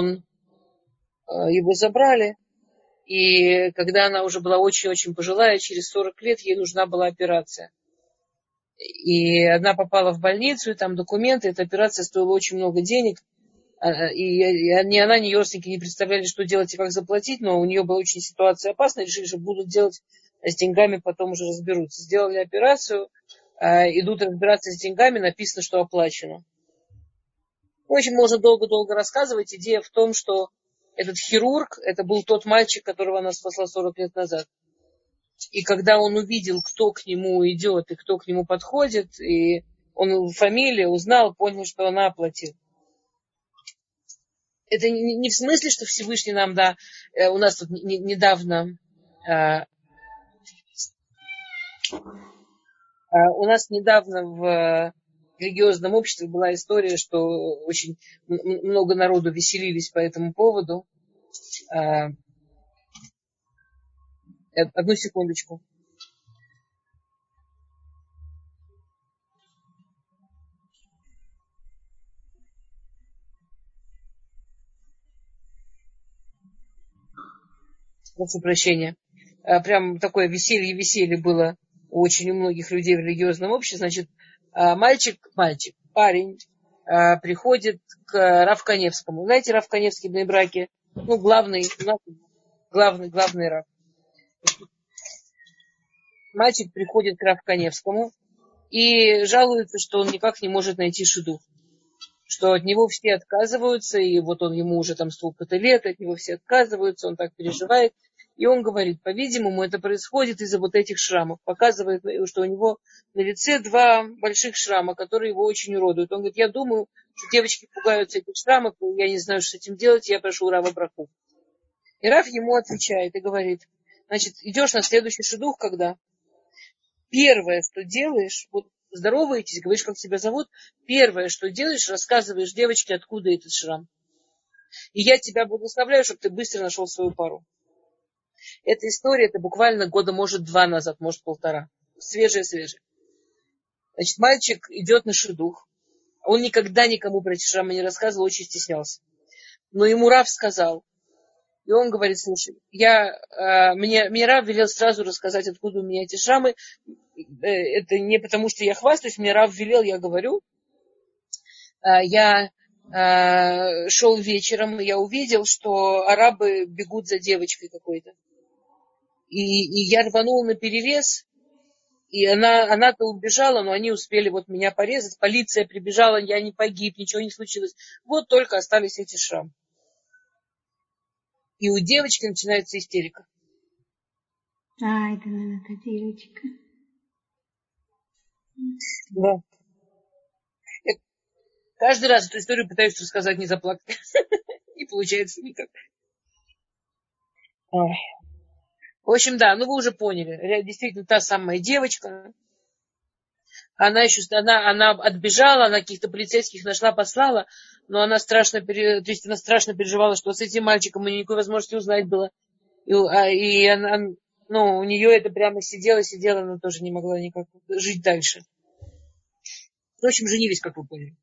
его забрали. И когда она уже была очень-очень пожилая, через 40 лет ей нужна была операция. И она попала в больницу, и там документы, эта операция стоила очень много денег. И ни она, ни ее родственники не представляли, что делать и как заплатить, но у нее была очень ситуация опасная, решили, что будут делать с деньгами, потом уже разберутся. Сделали операцию, идут разбираться с деньгами, написано, что оплачено. общем, можно долго-долго рассказывать. Идея в том, что этот хирург, это был тот мальчик, которого она спасла 40 лет назад. И когда он увидел, кто к нему идет и кто к нему подходит, и он фамилию узнал, понял, что она оплатила. Это не в смысле, что Всевышний нам, да, у нас тут недавно, в религиозном обществе была история, что очень много народу веселились по этому поводу. Одну секундочку. Прошу прощения. Прям такое веселье было очень у многих людей в религиозном обществе. Значит, парень приходит к Рав Каневскому. Знаете, Рав Каневский в Бней-Браке? Главный Рав. Мальчик приходит к Рав Каневскому и жалуется, что он никак не может найти шидух. Что от него все отказываются, и вот ему уже там столько-то лет, от него все отказываются, он так переживает. И он говорит, по-видимому, это происходит из-за вот этих шрамов. Показывает, что у него на лице 2 больших шрама, которые его очень уродуют. Он говорит, я думаю, что девочки пугаются этих шрамов, я не знаю, что с этим делать, я прошу Рава браху. И Рав ему отвечает и говорит, значит, идешь на следующий шидух, когда первое, что делаешь, вот здороваетесь, говоришь, как тебя зовут, первое, что делаешь, рассказываешь девочке, откуда этот шрам. И я тебя благословляю, чтобы ты быстро нашел свою пару. Эта история, это буквально года, может, 2 назад, может, 1,5. Свежая. Значит, мальчик идет на шидух. Он никогда никому про эти шрамы не рассказывал, очень стеснялся. Но ему Рав сказал. И он говорит, слушай, мне Рав велел сразу рассказать, откуда у меня эти шрамы. Это не потому, что я хвастаюсь, мне Рав велел, я говорю. Я шел вечером, и я увидел, что арабы бегут за девочкой какой-то. И я рванул наперерез, и она-то убежала, но они успели вот меня порезать. Полиция прибежала, я не погиб, ничего не случилось. Вот только остались эти шрамы. И у девочки начинается истерика. Это, наверное, та девочка. Да. Каждый раз эту историю пытаюсь рассказать, не заплакать. Не получается никак. В общем, да, вы уже поняли. Действительно, та самая девочка. Она отбежала, она каких-то полицейских нашла, послала, но она страшно переживала, что с этим мальчиком у нее никакой возможности узнать было. И она, у нее это прямо сидела, она тоже не могла никак жить дальше. В общем, женились, как вы поняли.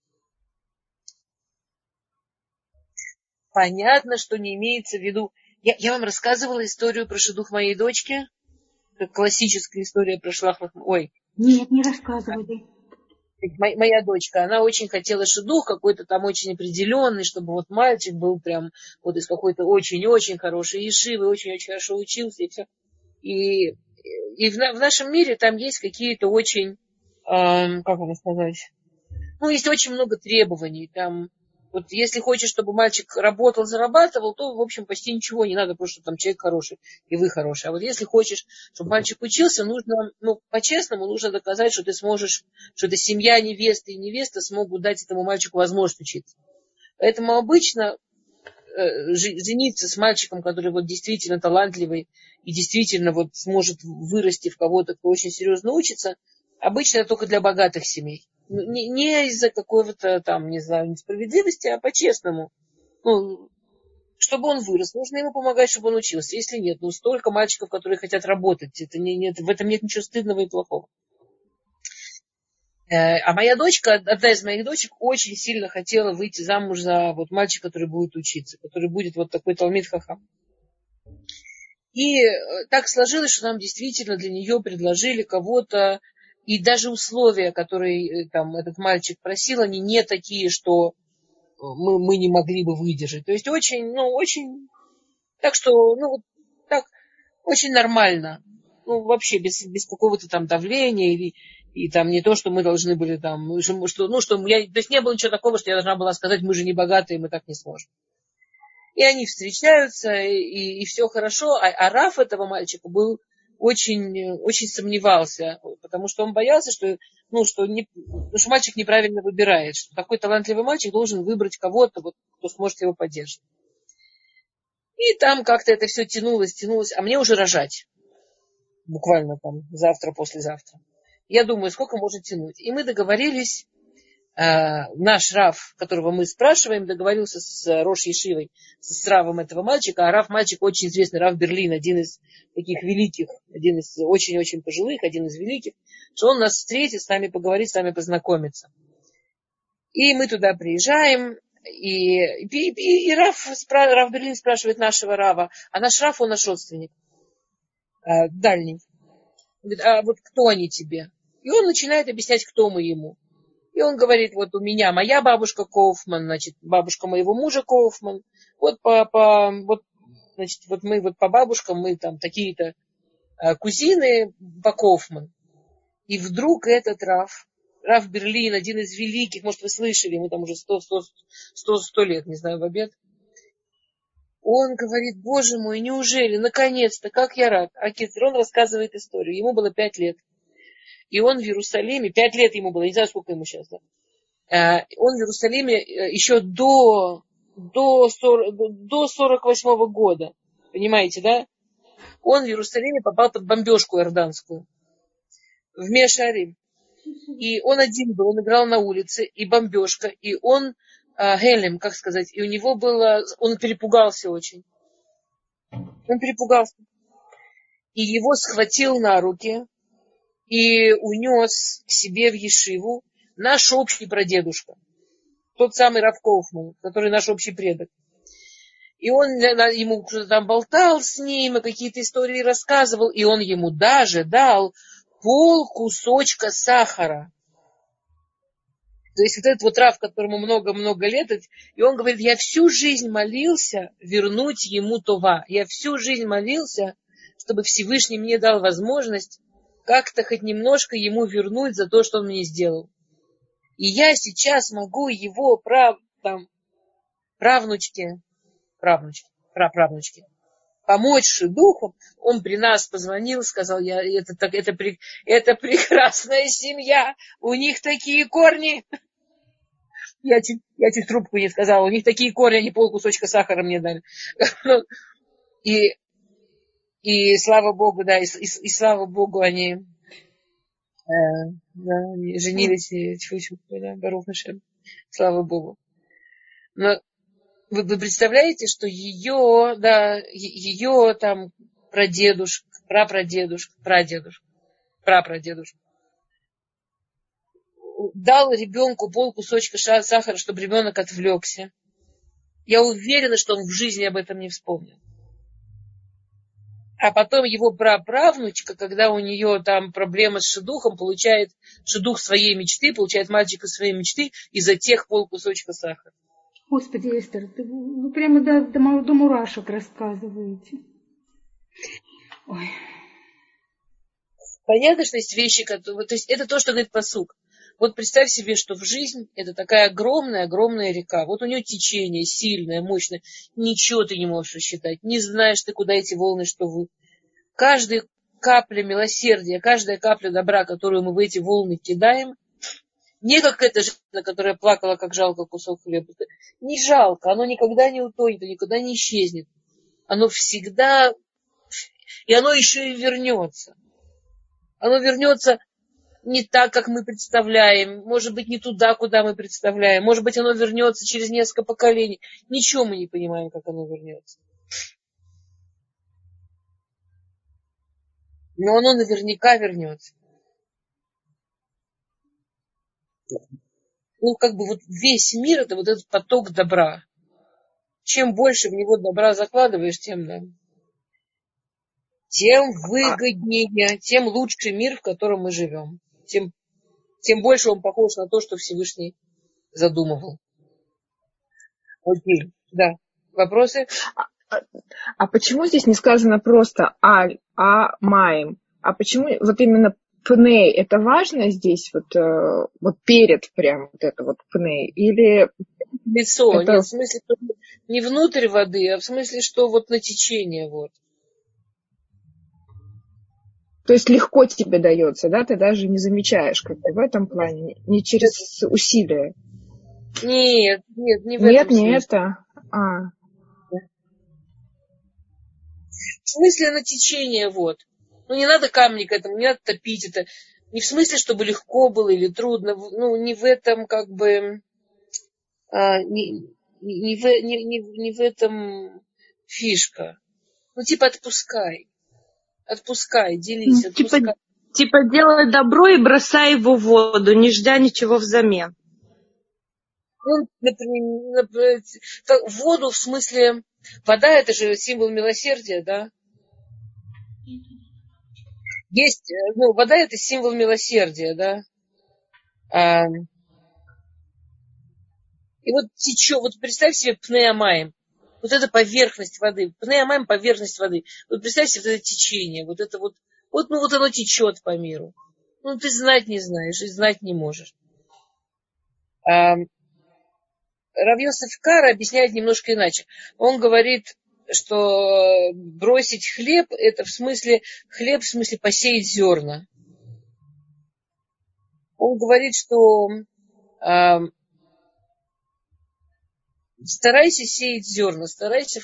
Понятно, что не имеется в виду. Я вам рассказывала историю про шидух моей дочки. Как классическая история про шлахлах. Ой. Нет, не рассказывали. Моя дочка, она очень хотела шидух какой-то там очень определенный, чтобы вот мальчик был прям вот из какой-то очень-очень хорошей ешивы, очень-очень хорошо учился и все. И в нашем мире там есть какие-то очень, как вам сказать, есть очень много требований. Там, вот если хочешь, чтобы мальчик работал, зарабатывал, то, в общем, почти ничего не надо, просто чтобы там человек хороший, и вы хороший. А вот если хочешь, чтобы мальчик учился, нужно, по-честному, нужно доказать, что ты сможешь, что это семья невесты и невеста смогут дать этому мальчику возможность учиться. Поэтому обычно жениться с мальчиком, который вот действительно талантливый и действительно вот сможет вырасти в кого-то, кто очень серьезно учится, обычно это только для богатых семей. Не из-за какого-то там, не знаю, несправедливости, а по-честному. Чтобы он вырос, нужно ему помогать, чтобы он учился. Если нет, столько мальчиков, которые хотят работать. В этом нет ничего стыдного и плохого. А моя дочка, одна из моих дочек, очень сильно хотела выйти замуж за вот мальчика, который будет учиться, который будет вот такой талмид хахам. И так сложилось, что нам действительно для нее предложили кого-то, и даже условия, которые там этот мальчик просил, они не такие, что мы не могли бы выдержать. То есть очень, так что, так, очень нормально. Вообще без какого-то там давления И там не то, что мы должны были там, то есть не было ничего такого, что я должна была сказать, мы же не богатые, мы так не сможем. И они встречаются, и все хорошо. А Рав этого мальчика был очень, очень сомневался, потому что он боялся, что мальчик неправильно выбирает, что такой талантливый мальчик должен выбрать кого-то, вот, кто сможет его поддерживать. И там как-то это все тянулось, а мне уже рожать. Буквально там завтра, послезавтра. Я думаю, сколько может тянуть. И мы договорились, наш Рав, которого мы спрашиваем, договорился с Рош Ешивой, с Равом этого мальчика. А Рав мальчик очень известный, Рав Берлин, один из таких великих, один из очень-очень пожилых, один из великих, что он нас встретит, с нами поговорит, с нами познакомится. И мы туда приезжаем, и Рав Берлин спрашивает нашего Рава, а наш Рав, он наш родственник, дальний. Говорит, а вот кто они тебе? И он начинает объяснять, кто мы ему. И он говорит, вот у меня моя бабушка Кауфман, значит, бабушка моего мужа Кауфман. Вот мы вот по бабушкам, мы там такие-то кузины по Кауфман. И вдруг этот Рав Берлин, один из великих, может, вы слышали, мы там уже 100 лет, не знаю, в обед. Он говорит, боже мой, неужели, наконец-то, как я рад. А он рассказывает историю. Ему было 5 лет. И он в Иерусалиме, 5 лет ему было, не знаю, сколько ему сейчас, да? Он в Иерусалиме еще до 48-го года. Понимаете, да? Он в Иерусалиме попал под бомбежку иорданскую. В Меа-Шаарим. И он один был, он играл на улице, и бомбежка, и он Гелем, как сказать, и у него было, он перепугался очень. Он перепугался. И его схватил на руки и унес к себе в Ешиву наш общий прадедушка. Тот самый Рав Кауфман, который наш общий предок. И он ему что-то там болтал с ним, и какие-то истории рассказывал, и он ему даже дал полкусочка сахара. То есть вот этот вот Рав, которому много-много лет, и он говорит, я всю жизнь молился вернуть ему това. Я всю жизнь молился, чтобы Всевышний мне дал возможность как-то хоть немножко ему вернуть за то, что он мне сделал. И я сейчас могу его праправнучке, помочь шидуху. Он при нас позвонил, сказал, это прекрасная семья, у них такие корни. Я чуть трубку не сказала, у них такие корни, они полкусочка сахара мне дали. И слава Богу, да, и слава Богу, они женились, да, Барух Ашем, слава Богу. Но вы представляете, что ее там прапрадедушка, дал ребенку полкусочка сахара, чтобы ребенок отвлекся. Я уверена, что он в жизни об этом не вспомнил. А потом его праправнучка, когда у нее там проблема с шидухом, получает шидух своей мечты, получает мальчика своей мечты из-за тех полкусочка сахара. Господи, Эстер, вы прямо до мурашек рассказываете. Ой. Понятно, что есть вещи, которые... То есть это то, что говорит пасук. Вот представь себе, что в жизнь это такая огромная река. Вот у нее течение сильное, мощное. Ничего ты не можешь рассчитать. Не знаешь ты, куда эти волны, что вы. Каждая капля милосердия, каждая капля добра, которую мы в эти волны кидаем, не как эта женщина, которая плакала, как жалко кусок хлеба. Не жалко, оно никогда не утонет, никогда не исчезнет. Оно всегда... И оно еще и вернется. Оно вернется не так, как мы представляем. Может быть, не туда, куда мы представляем. Может быть, оно вернется через несколько поколений. Ничего мы не понимаем, как оно вернется. Но оно наверняка вернется. Ну, как бы вот весь мир — это вот этот поток добра. Чем больше в него добра закладываешь, тем выгоднее, тем лучше мир, в котором мы живем. Тем больше он похож на то, что Всевышний задумывал. Окей, да. Вопросы? А почему здесь не сказано просто аль, а маем? А почему вот именно пней, это важно здесь, вот перед прям вот это вот пней, или Лицо. это, Нет, в смысле, что не внутрь воды, а в смысле, что вот на течение вот. то есть легко тебе дается, да, ты даже не замечаешь, как бы в этом плане, не через усилие. Нет, не в Нет, этом не смысле. это. В смысле на течение вот. Ну, не надо камни к этому, не надо топить это. Не в смысле, чтобы легко было или трудно. Ну, не в этом как бы... не в этом фишка. Ну, типа отпускай. Отпускай, делись, отпускай. Типа делай добро и бросай его в воду, не ждя ничего взамен. Ну, например, воду в смысле... Вода это же символ милосердия, да? Есть, ну, вода это символ милосердия, да? И вот течет, вот представь себе пнеомаем. Вот это поверхность воды. Пнеомаем поверхность воды. Вот представь себе вот это течение. Вот это вот, ну вот оно течет по миру. Ну ты знать не знаешь и знать не можешь. Рав Йосеф Кара объясняет немножко иначе. Он говорит, что бросить хлеб, это в смысле, хлеб в смысле посеять зерна. Он говорит, что старайся сеять зерна, старайся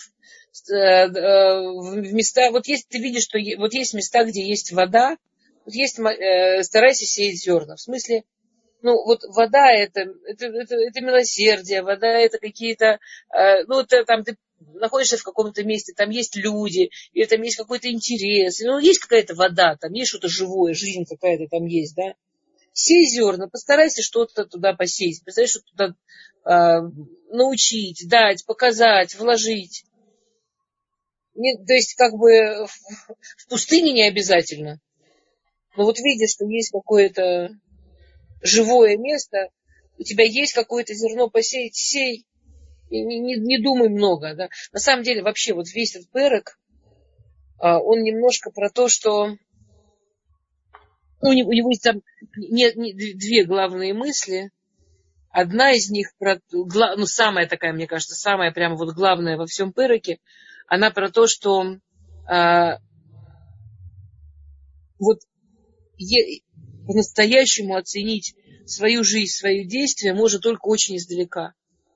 в места, вот есть, ты видишь, что вот есть места, где есть вода, вот есть, старайся сеять зерна. В смысле, ну вот вода это милосердие, вода это какие-то, ну это там ты находишься в каком-то месте, там есть люди, или там есть какой-то интерес, ну есть какая-то вода, там есть что-то живое, жизнь какая-то там есть, да. Сей зерна, постарайся что-то туда посеять, постарайся что-то туда научить, дать, показать, вложить. То есть, как бы в пустыне не обязательно. Но вот видишь, что есть какое-то живое место, у тебя есть какое-то зерно посеять, сей. И не думай много. Да? На самом деле, вообще, вот весь этот перек, он немножко про то, что у него есть там две главные мысли. Одна из них, ну, самая такая, мне кажется, самая прямо вот главная во всем переке, она про то, что вот по-настоящему оценить свою жизнь, свои действия можно только очень издалека.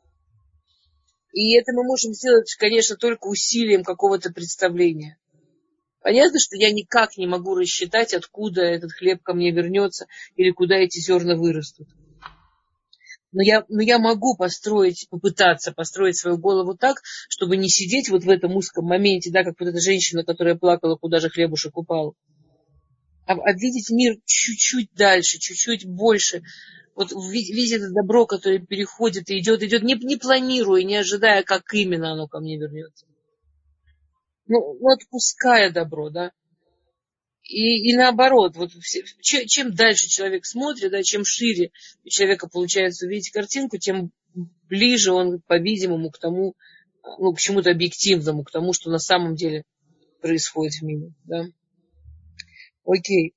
И это мы можем сделать, конечно, только усилием какого-то представления. Понятно, что я никак не могу рассчитать, откуда этот хлеб ко мне вернется или куда эти зерна вырастут. Но я могу попытаться построить свою голову так, чтобы не сидеть вот в этом узком моменте, да, как вот эта женщина, которая плакала, куда же хлебушек упал. А видеть мир чуть-чуть дальше, чуть-чуть больше. Вот видеть это добро, которое переходит и идет, не планируя, не ожидая, как именно оно ко мне вернется. Ну отпуская добро, да. И наоборот, вот чем дальше человек смотрит, да, чем шире у человека получается увидеть картинку, тем ближе он, по-видимому, к тому, ну, к чему-то объективному, к тому, что на самом деле происходит в мире. Да? Окей.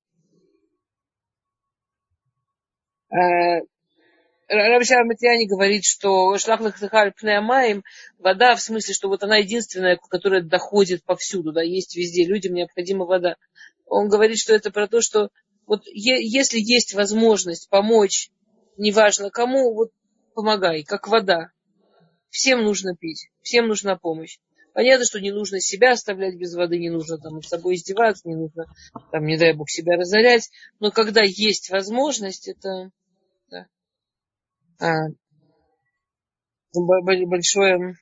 Рав Шар Матьяни говорит, что шлахлах цехаль пнеомаим, вода в смысле, что вот она единственная, которая доходит повсюду, да, есть везде, людям необходима вода. Он говорит, что это про то, что вот если есть возможность помочь, неважно кому, вот помогай, как вода. Всем нужно пить, всем нужна помощь. Понятно, что не нужно себя оставлять без воды, не нужно там над собой издеваться, не нужно, там, не дай бог, себя разорять. Но когда есть возможность, это большое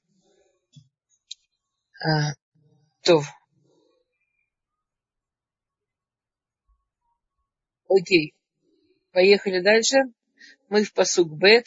то. Окей. Поехали дальше. Мы в пасук бет.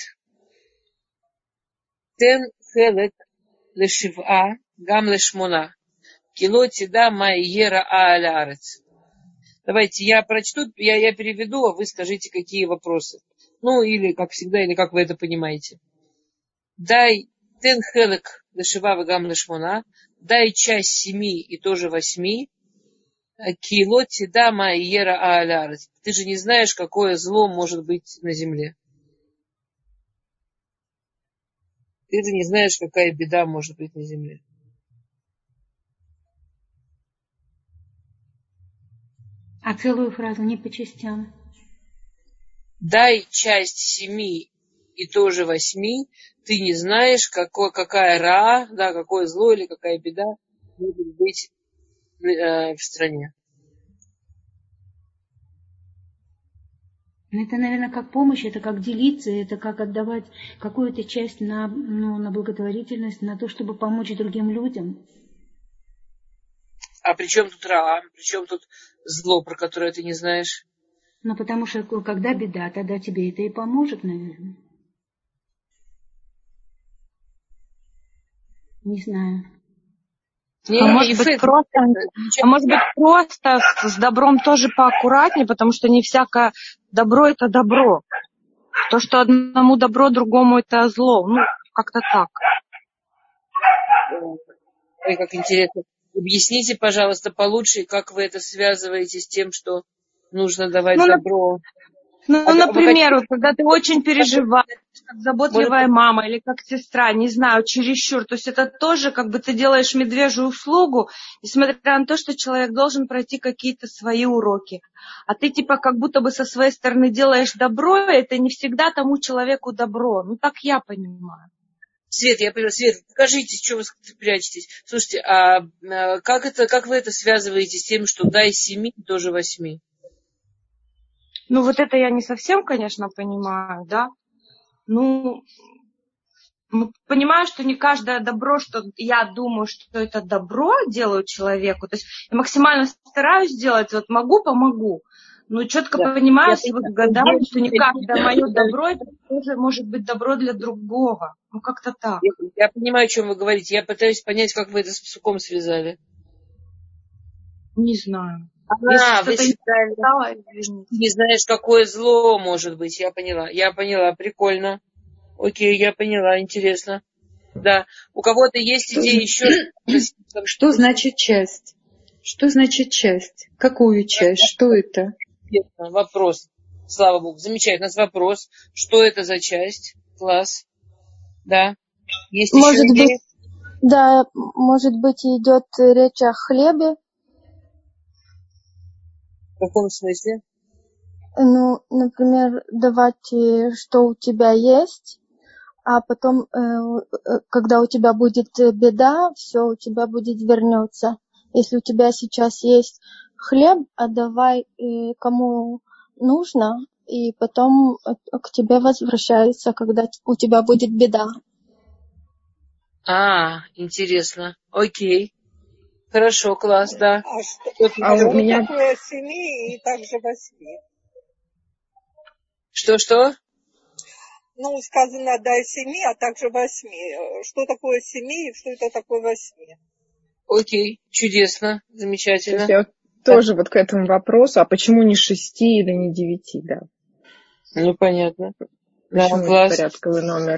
Тен хелек лешива гам лешмона. Кило тида майера аалярец. Давайте я прочту, я переведу, а вы скажите, какие вопросы. Ну, или как всегда, или как вы это понимаете. Дай тен хелек лешива гам лешмона. Дай часть 7 и тоже 8. Килоти дама и ера аалярес. Ты же не знаешь, какое зло может быть на земле. Ты же не знаешь, какая беда может быть на земле. А целую фразу не по частям. Дай часть 7 и тоже 8, ты не знаешь, какая ра, да, какое зло или какая беда может быть в стране. Это, наверное, как помощь, это как делиться, это как отдавать какую-то часть на благотворительность, на то, чтобы помочь другим людям. А при чем тут ра? При чем тут зло, про которое ты не знаешь? Ну, потому что когда беда, тогда тебе это и поможет, наверное. Не знаю. Может быть, просто с добром тоже поаккуратнее, потому что не всякое добро – это добро. То, что одному добро, другому это зло. Ну, как-то так. Ой, как интересно. Объясните, пожалуйста, получше, как вы это связываете с тем, что нужно давать добро. Например, вот, когда ты очень переживаешь, как заботливая мама или как сестра, не знаю, чересчур. То есть это тоже как бы ты делаешь медвежью услугу, несмотря на то, что человек должен пройти какие-то свои уроки. А ты типа как будто бы со своей стороны делаешь добро, и это не всегда тому человеку добро. Ну так я понимаю. Свет, я поняла. Свет, покажите, что вы прячетесь. Слушайте, как вы это связываете с тем, что дай 7, тоже 8? Ну, вот это я не совсем, конечно, понимаю, да. Ну, понимаю, что не каждое добро, что я думаю, что это добро делаю человеку. То есть я максимально стараюсь сделать, вот могу, помогу. Но четко понимаю с годами, что не каждое мое добро, это тоже может быть добро для другого. Ну, как-то так. Я понимаю, о чем вы говорите. Я пытаюсь понять, как вы это с псуком связали. Не знаю. Вы не знаешь, какое зло может быть. Я поняла, прикольно. Окей, я поняла, интересно. Да. У кого-то есть идеи еще? Что значит часть? Что значит часть? Какую часть? Что это? Вопрос. Слава Богу. Замечательно. У нас вопрос. Что это за часть? Класс. Да. Есть еще идеи? Да, может быть, идет речь о хлебе. В каком смысле? Ну, например, давать, что у тебя есть, а потом, когда у тебя будет беда, все у тебя будет вернется. Если у тебя сейчас есть хлеб, отдавай кому нужно, и потом к тебе возвращается, когда у тебя будет беда. Интересно. Окей. Хорошо, класс, да. Что такое 7 и также 8? Что? Ну, сказано дай 7, а также 8. Что такое 7 и что это такое 8? Окей, чудесно, замечательно. Я тоже вот к этому вопросу, а почему не 6 или не 9, да? Ну, понятно. Почему это порядковый номер?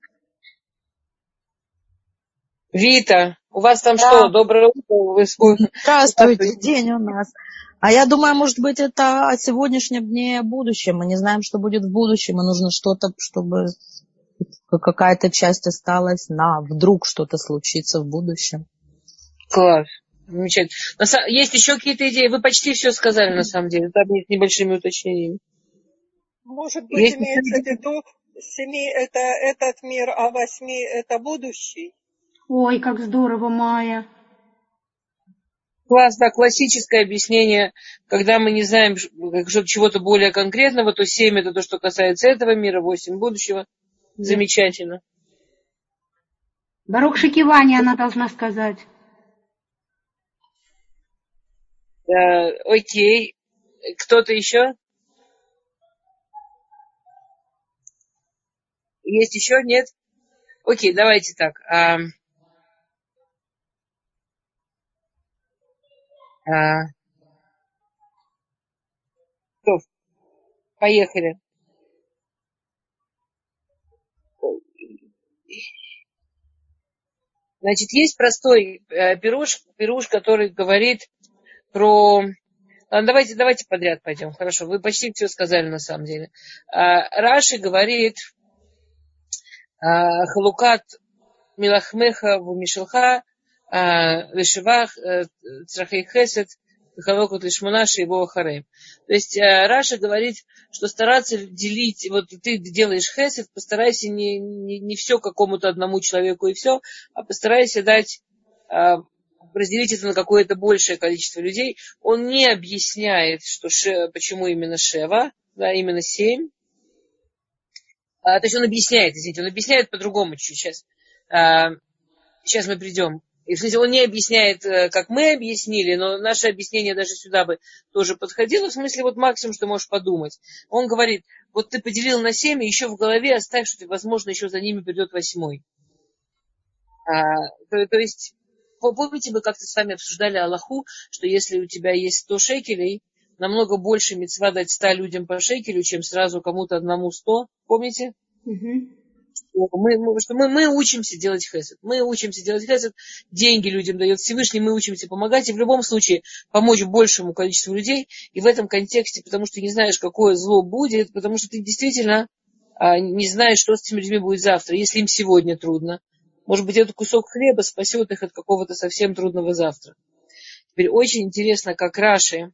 Вита, у вас там что? Доброе утро. Здравствуйте, день у нас. А я думаю, может быть, это о сегодняшнем дне и о будущем. Мы не знаем, что будет в будущем, и нужно что-то, чтобы какая-то часть осталась на вдруг что-то случится в будущем. Класс. Замечательно. Есть еще какие-то идеи? Вы почти все сказали, на самом деле. Там есть небольшими уточнениями. Может быть, имеется в виду 7 это этот мир, а 8 это будущий? Ой, как здорово, Майя. Класс, да, классическое объяснение, когда мы не знаем чего-то более конкретного, то 7 это то, что касается этого мира, 8 будущего. Да. Замечательно. Барух Шикивани она должна сказать. Окей. Кто-то еще? Есть еще? Нет? Окей, давайте так. Поехали. Значит, есть простой пируш, который говорит про... Ладно, давайте подряд пойдем. Хорошо, вы почти все сказали на самом деле. Раши говорит халукат милахмеха в мишелха лешевах црахей хесед халокут лишмунаши его харем. То есть Раша говорит, что стараться делить, вот ты делаешь хесед, постарайся не все какому-то одному человеку и все, а постарайся дать, разделить это на какое-то большее количество людей. Он не объясняет, почему именно Шева, да, именно 7. То есть он объясняет по-другому чуть-чуть. Сейчас мы придем. И, в смысле, он не объясняет, как мы объяснили, но наше объяснение даже сюда бы тоже подходило. В смысле, вот максимум, что можешь подумать. Он говорит, вот ты поделил на 7, и еще в голове оставь, что, возможно, еще за ними придет 8. То есть, помните, мы как-то с вами обсуждали Аллаху, что если у тебя есть 100 шекелей, намного больше мицва дать 100 людям по шекелю, чем сразу кому-то одному 100. Помните? Мы учимся делать хесед. Деньги людям дает Всевышний, мы учимся помогать. И в любом случае помочь большему количеству людей. И в этом контексте, потому что не знаешь, какое зло будет, потому что ты действительно не знаешь, что с этими людьми будет завтра, если им сегодня трудно. Может быть, этот кусок хлеба спасет их от какого-то совсем трудного завтра. Теперь очень интересно, как Раши,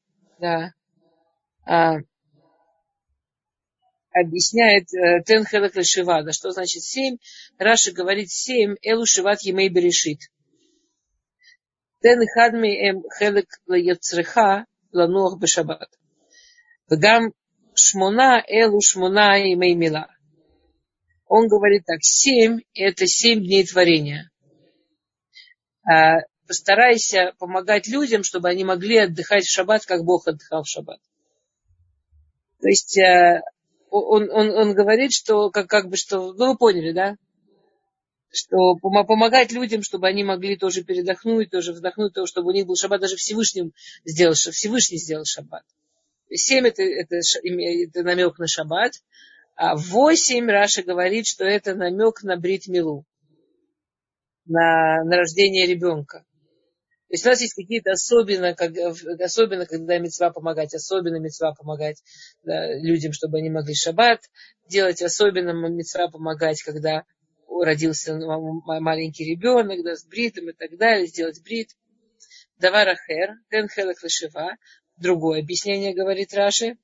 объясняет тен хелек лешива, да, что значит 7. Раши говорит 7, элу шиват емей берешит. Тен хадми эм хелек лецреха лануах бешабат. Вгам шмона элу шмона емей мила. Он говорит так, 7 это 7 дней творения. Постарайся помогать людям, чтобы они могли отдыхать в шаббат, как Бог отдыхал в шаббат. То есть он говорит, что что, вы поняли, да? Что помогать людям, чтобы они могли тоже передохнуть, тоже вдохнуть, то, чтобы у них был шаббат, даже Всевышний сделал шаббат. 7 это намек на шаббат, а 8 Раша говорит, что это намек на брит милу, на рождение ребенка. То есть у нас есть какие-то особенно когда мицва помогать, да, людям, чтобы они могли шаббат делать, особенно мицва помогать, когда родился маленький ребенок, да, с бритом и так далее, сделать брит. Давар ахер, тен хелек лешива. Другое объяснение говорит Раши.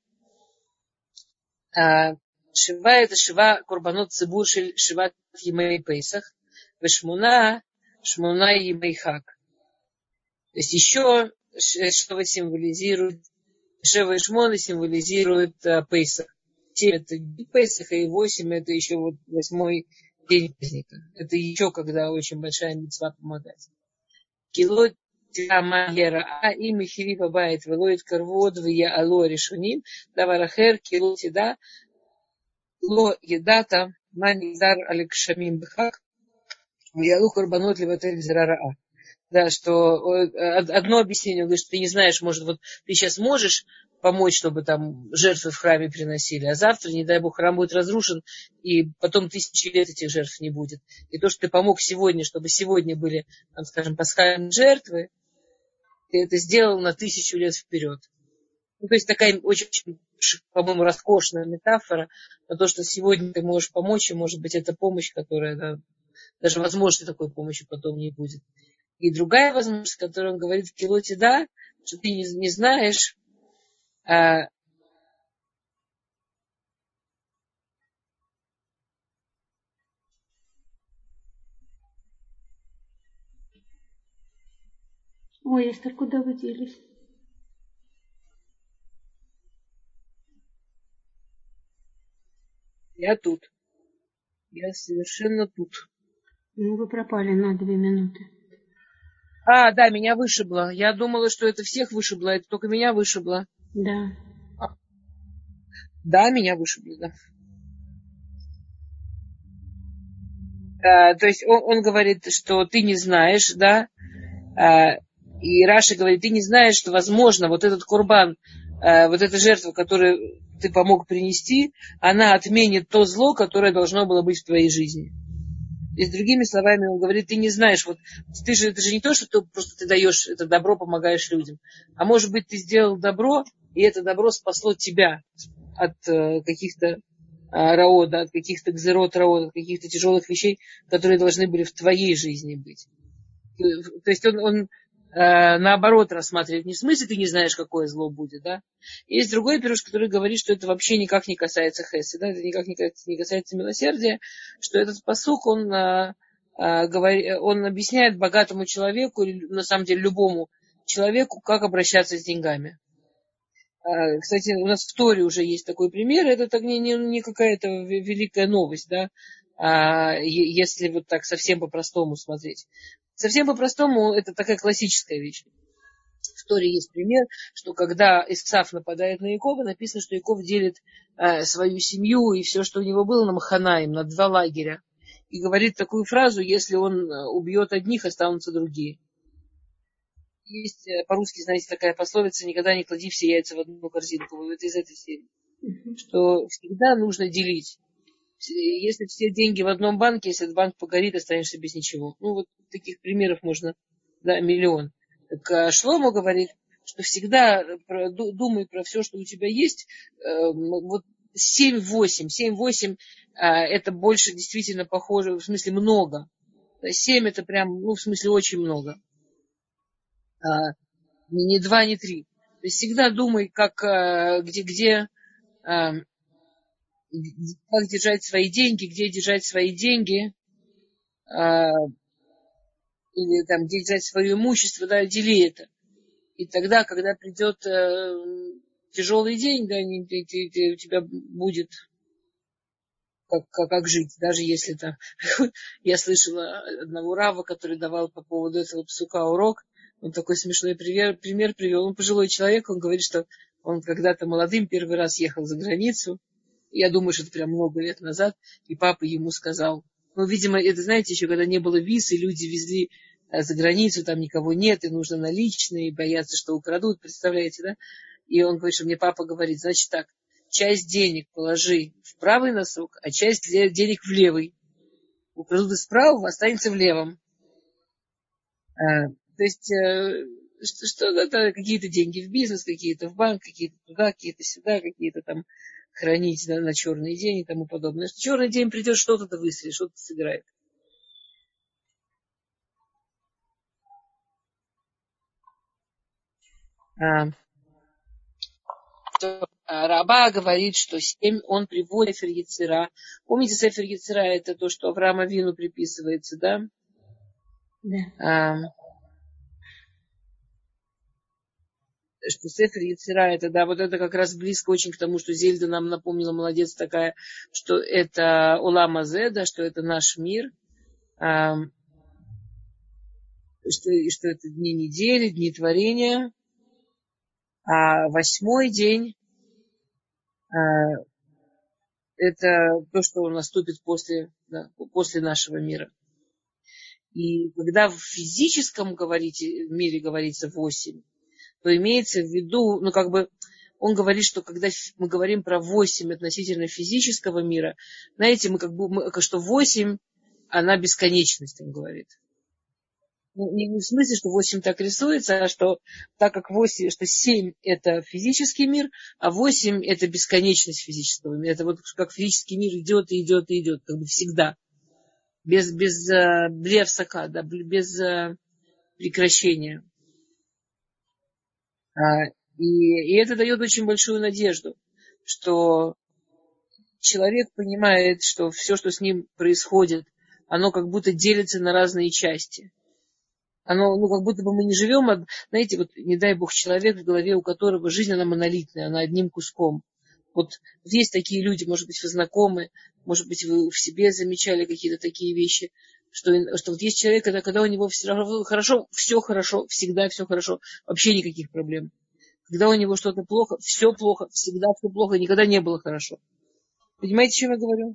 Шива это шива курбанот цибур шиват емей пейсах, вешмуна шмуна емей хак. То есть еще что символизирует, Шева и Шмона символизирует Пейсах. 7 это Пейсах, и 8 это еще 8-й день праздника. Это еще когда очень большая мицва помогать. Кило тиамагера а и михири бабает велоид карвод вия ало решуним даварахер кило тида ло едата манизар алекшамим бхак виалу карбанот леватель зрараа. Да, что одно объяснение, он говорит, что ты не знаешь, может, вот ты сейчас можешь помочь, чтобы там жертвы в храме приносили, а завтра, не дай бог, храм будет разрушен, и потом 1000 лет этих жертв не будет. И то, что ты помог сегодня, чтобы сегодня были, там, скажем, пасхальные жертвы, ты это сделал на 1000 лет вперед. Ну, то есть такая очень, по-моему, роскошная метафора на то, что сегодня ты можешь помочь, и, может быть, это помощь, которая, да, даже, возможно, такой помощи потом не будет. И другая возможность, которую он говорит в Килоте, да, что ты не знаешь, Ой, Эстер, куда вы делись? Я тут. Я совершенно тут. Ну, вы пропали на 2 минуты. Да, меня вышибло. Я думала, что это всех вышибло, это только меня вышибло. Да. Да, меня вышибло, да. То есть он говорит, что ты не знаешь, да, и Раши говорит, ты не знаешь, что, возможно, вот этот курбан, вот эта жертва, которую ты помог принести, она отменит то зло, которое должно было быть в твоей жизни. То есть, другими словами, он говорит, ты не знаешь, вот это же не то, что ты даешь это добро, помогаешь людям. А может быть, ты сделал добро, и это добро спасло тебя от каких-то раод, от каких-то гзерот раод, от каких-то тяжелых вещей, которые должны были в твоей жизни быть. То есть он наоборот рассматривает, не в смысле ты не знаешь, какое зло будет, да. Есть другой пируш, который говорит, что это вообще никак не касается хеса, да, это никак не касается милосердия, что этот пасук, он объясняет богатому человеку, или на самом деле любому человеку, как обращаться с деньгами. Кстати, у нас в Торе уже есть такой пример, это так не какая-то великая новость, да, если вот так совсем по-простому смотреть. Совсем по-простому это такая классическая вещь. В Торе есть пример, что когда Исав нападает на Якова, написано, что Яков делит свою семью и все, что у него было, на Маханаим, на 2 лагеря. И говорит такую фразу, если он убьет одних, останутся другие. Есть по-русски, знаете, такая пословица, никогда не клади все яйца в одну корзинку. Вот из этой серии. Что всегда нужно делить. Если все деньги в одном банке, если этот банк погорит, останешься без ничего. Ну, вот таких примеров можно, да, миллион. Так Шломо говорит, что всегда думай про все, что у тебя есть. Вот 7-8 это больше действительно похоже, в смысле много. 7 это прям, ну, в смысле очень много. Не 2, не 3. То есть всегда думай, где как держать свои деньги, где держать свои деньги, или там, где держать свое имущество, да, дели это. И тогда, когда придет тяжелый день, да, у тебя будет как жить, даже если там... Я слышала одного рава, который давал по поводу этого псука урок, он такой смешной пример привел. Он пожилой человек, он говорит, что он когда-то молодым первый раз ехал за границу. Я думаю, что это прям много лет назад. И папа ему сказал, ну, видимо, это, знаете, еще когда не было виз, и люди везли за границу, там никого нет, и нужно наличные, и боятся, что украдут, представляете, да? И он говорит, что мне папа говорит, значит так, часть денег положи в правый носок, а часть денег в левый. Украдут из правого, останется в левом. То есть, что это какие-то деньги в бизнес, какие-то в банк, какие-то туда, какие-то сюда, какие-то там хранить на черный день и тому подобное. Что черный день придет, что-то выстрелит, что-то сыграет. Раба говорит, что 7 он приводит Сефер Йецира. Помните, Сефер Йецира это то, что Аврааму Авину приписывается, да? Да. Что Сефер Йецира это, да, вот это как раз близко очень к тому, что Зельда нам напомнила, молодец такая, что это Олам Азе, да, что это наш мир, что это дни недели, дни творения, а 8-й день это то, что наступит после нашего мира. И когда в физическом мире говорится 8, то имеется в виду, ну, как бы, он говорит, что когда мы говорим про 8 относительно физического мира, знаете, что 8, она бесконечность, он говорит. Ну, не в смысле, что 8 так рисуется, а что так как 8, что 7 это физический мир, а 8 это бесконечность физического мира. Это вот как физический мир идет и идет и идет, как бы всегда. Без блевсака, да, без прекращения. И это дает очень большую надежду, что человек понимает, что все, что с ним происходит, оно как будто делится на разные части. Оно, ну, как будто бы мы не живем, знаете, вот не дай бог человек, в голове у которого жизнь, она монолитная, она одним куском. Вот есть такие люди, может быть, вы знакомы, может быть, вы в себе замечали какие-то такие вещи, что вот есть человек, когда у него все хорошо, всегда все хорошо, вообще никаких проблем. Когда у него что-то плохо, всегда все плохо, никогда не было хорошо. Понимаете, о чем я говорю?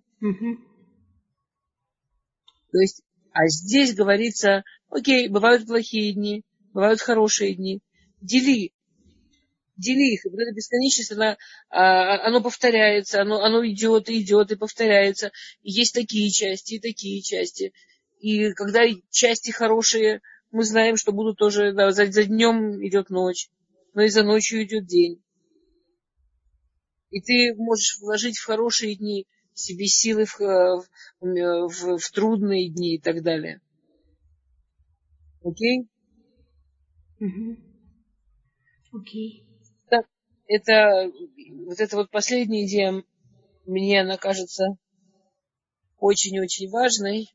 То есть, а здесь говорится, окей, бывают плохие дни, бывают хорошие дни, дели их. И вот эта бесконечность, оно повторяется, оно идет и повторяется. И есть такие части, и такие части. И когда части хорошие, мы знаем, что будут тоже, да, за днем идет ночь, но и за ночью идет день. И ты можешь вложить в хорошие дни себе силы в трудные дни и так далее. Окей? Окей. Это вот последняя идея, мне она кажется очень-очень важной.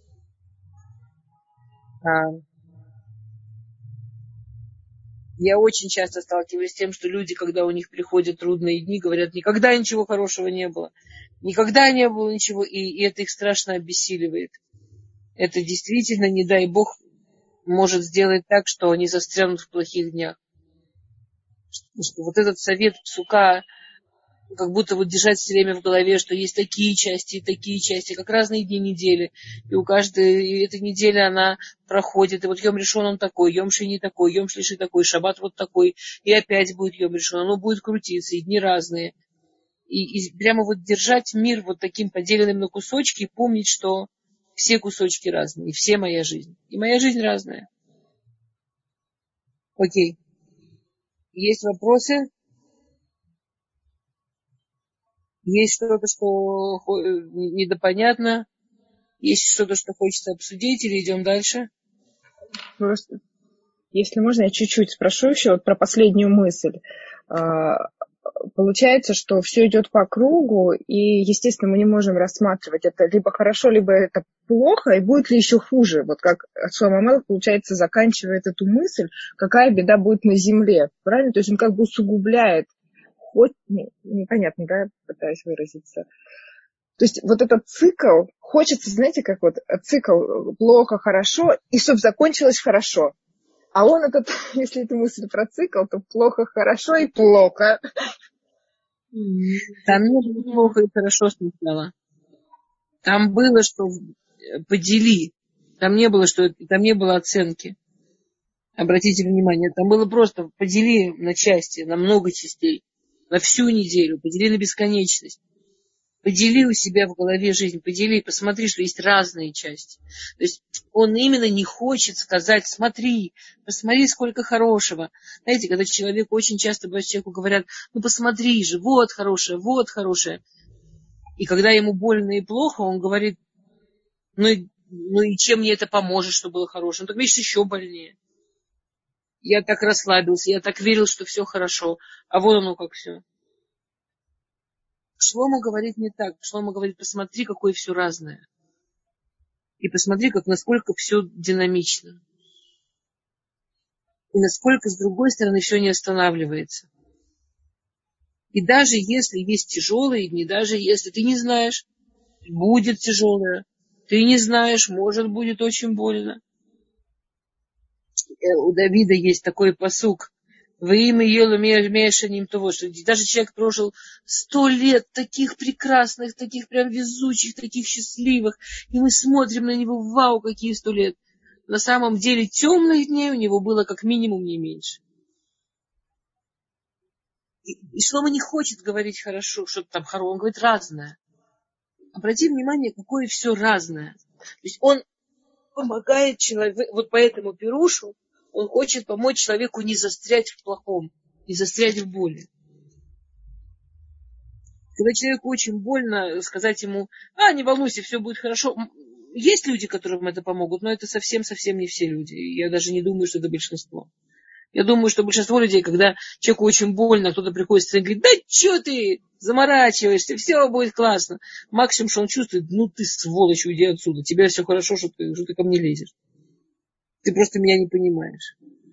Я очень часто сталкиваюсь с тем, что люди, когда у них приходят трудные дни, говорят, никогда ничего хорошего не было. Никогда не было ничего, и это их страшно обессиливает. Это действительно, не дай Бог, может сделать так, что они застрянут в плохих днях. Что вот этот совет псука, как будто вот держать все время в голове, что есть такие части, как разные дни недели. И у каждой и эта неделя, она проходит. И вот Йом Ришон он такой, Йом Шини такой, Йом Шлиши такой, Шаббат вот такой. И опять будет Йом Ришон, оно будет крутиться, и дни разные. И прямо вот держать мир вот таким поделенным на кусочки и помнить, что все кусочки разные, и все моя жизнь. И моя жизнь разная. Окей. Есть вопросы? Есть что-то, что недопонятно? Есть что-то, что хочется обсудить, или идем дальше? Просто, если можно, я чуть-чуть спрошу еще вот про последнюю мысль. Получается, что все идет по кругу, и, естественно, мы не можем рассматривать это либо хорошо, либо это плохо, и будет ли еще хуже. Вот как Шломо Амелех, получается, заканчивает эту мысль, какая беда будет на земле. Правильно? То есть он как бы усугубляет. Хоть непонятно, да, пытаюсь выразиться. То есть вот этот цикл, хочется, знаете, как вот цикл плохо, хорошо, и чтобы закончилось хорошо. А он этот, если это мысль про цикл, то плохо, хорошо и плохо. Там не было плохо и хорошо сначала. Там было, что подели. Там не было оценки. Обратите внимание, там было просто подели на части, на много частей, на всю неделю, подели на бесконечность. Подели у себя в голове жизнь, подели, посмотри, что есть разные части. То есть он именно не хочет сказать, смотри, посмотри, сколько хорошего. Знаете, когда человеку очень часто человеку говорят, ну посмотри же, вот хорошее, вот хорошее. И когда ему больно и плохо, он говорит, ну и чем мне это поможет, что было хорошее? Ну так видишь, еще больнее. Я так расслабился, я так верил, что все хорошо, а вот оно как все. Шломо говорит не так. Шломо говорит, посмотри, какое все разное. И посмотри, насколько все динамично. И насколько, с другой стороны, все не останавливается. И даже если есть тяжелые дни, даже если ты не знаешь, будет тяжелое, ты не знаешь, может, будет очень больно. У Давида есть такой пасук. Во имя Елу Мешаним того, что даже человек прожил 100 лет таких прекрасных, таких прям везучих, таких счастливых, и мы смотрим на него, вау, какие 100 лет. На самом деле темных дней у него было как минимум не меньше. И Шломо не хочет говорить хорошо, что-то там хорошее, он говорит разное. Обрати внимание, какое все разное. То есть он помогает человеку, вот по этому пирушу, он хочет помочь человеку не застрять в плохом, не застрять в боли. Когда человеку очень больно, сказать ему, не волнуйся, все будет хорошо. Есть люди, которым это помогут, но это совсем-совсем не все люди. Я даже не думаю, что это большинство. Я думаю, что большинство людей, когда человеку очень больно, кто-то приходит и говорит, да что ты заморачиваешься, все будет классно. Максимум, что он чувствует, ты сволочь, уйди отсюда, тебе все хорошо, что ты ко мне лезешь. Ты просто меня не понимаешь.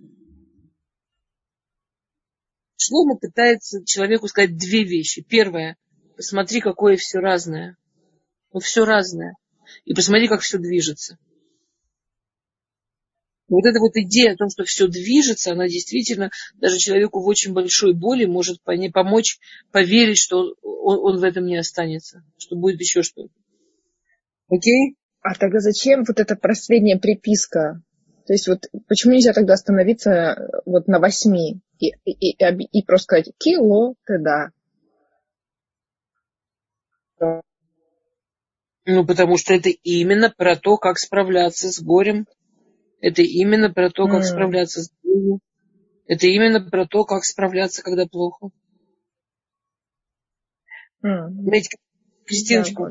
Шломо пытается человеку сказать две вещи. Первое, посмотри, какое все разное. Все разное. И посмотри, как все движется. Вот эта вот идея о том, что все движется, она действительно даже человеку в очень большой боли может помочь поверить, что он в этом не останется, что будет еще что-то. Окей? А тогда зачем вот эта последняя приписка? То есть вот почему нельзя тогда остановиться вот на 8 и просто сказать кило, тогда? Ну, потому что это именно про то, как справляться с горем. Это именно про то, как справляться с болью. Это именно про то, как справляться, когда плохо. Знаете, Кристиночка,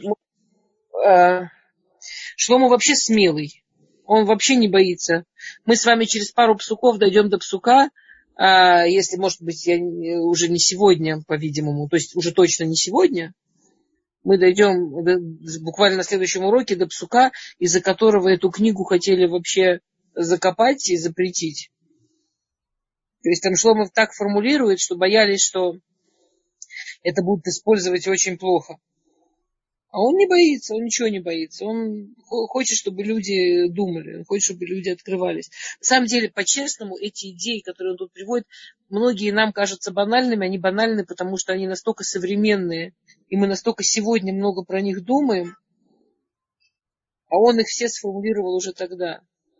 Шломо вообще смелый. Он вообще не боится. Мы с вами через пару псуков дойдем до псука, если, может быть, уже не сегодня, по-видимому, то есть уже точно не сегодня, мы дойдем буквально на следующем уроке до псука, из-за которого эту книгу хотели вообще закопать и запретить. То есть там Шломо так формулирует, что боялись, что это будут использовать очень плохо. А он не боится, он ничего не боится. Он хочет, чтобы люди думали, он хочет, чтобы люди открывались. На самом деле, по-честному, эти идеи, которые он тут приводит, многие нам кажутся банальными. Они банальны, потому что они настолько современные, и мы настолько сегодня много про них думаем, а он их все сформулировал уже тогда.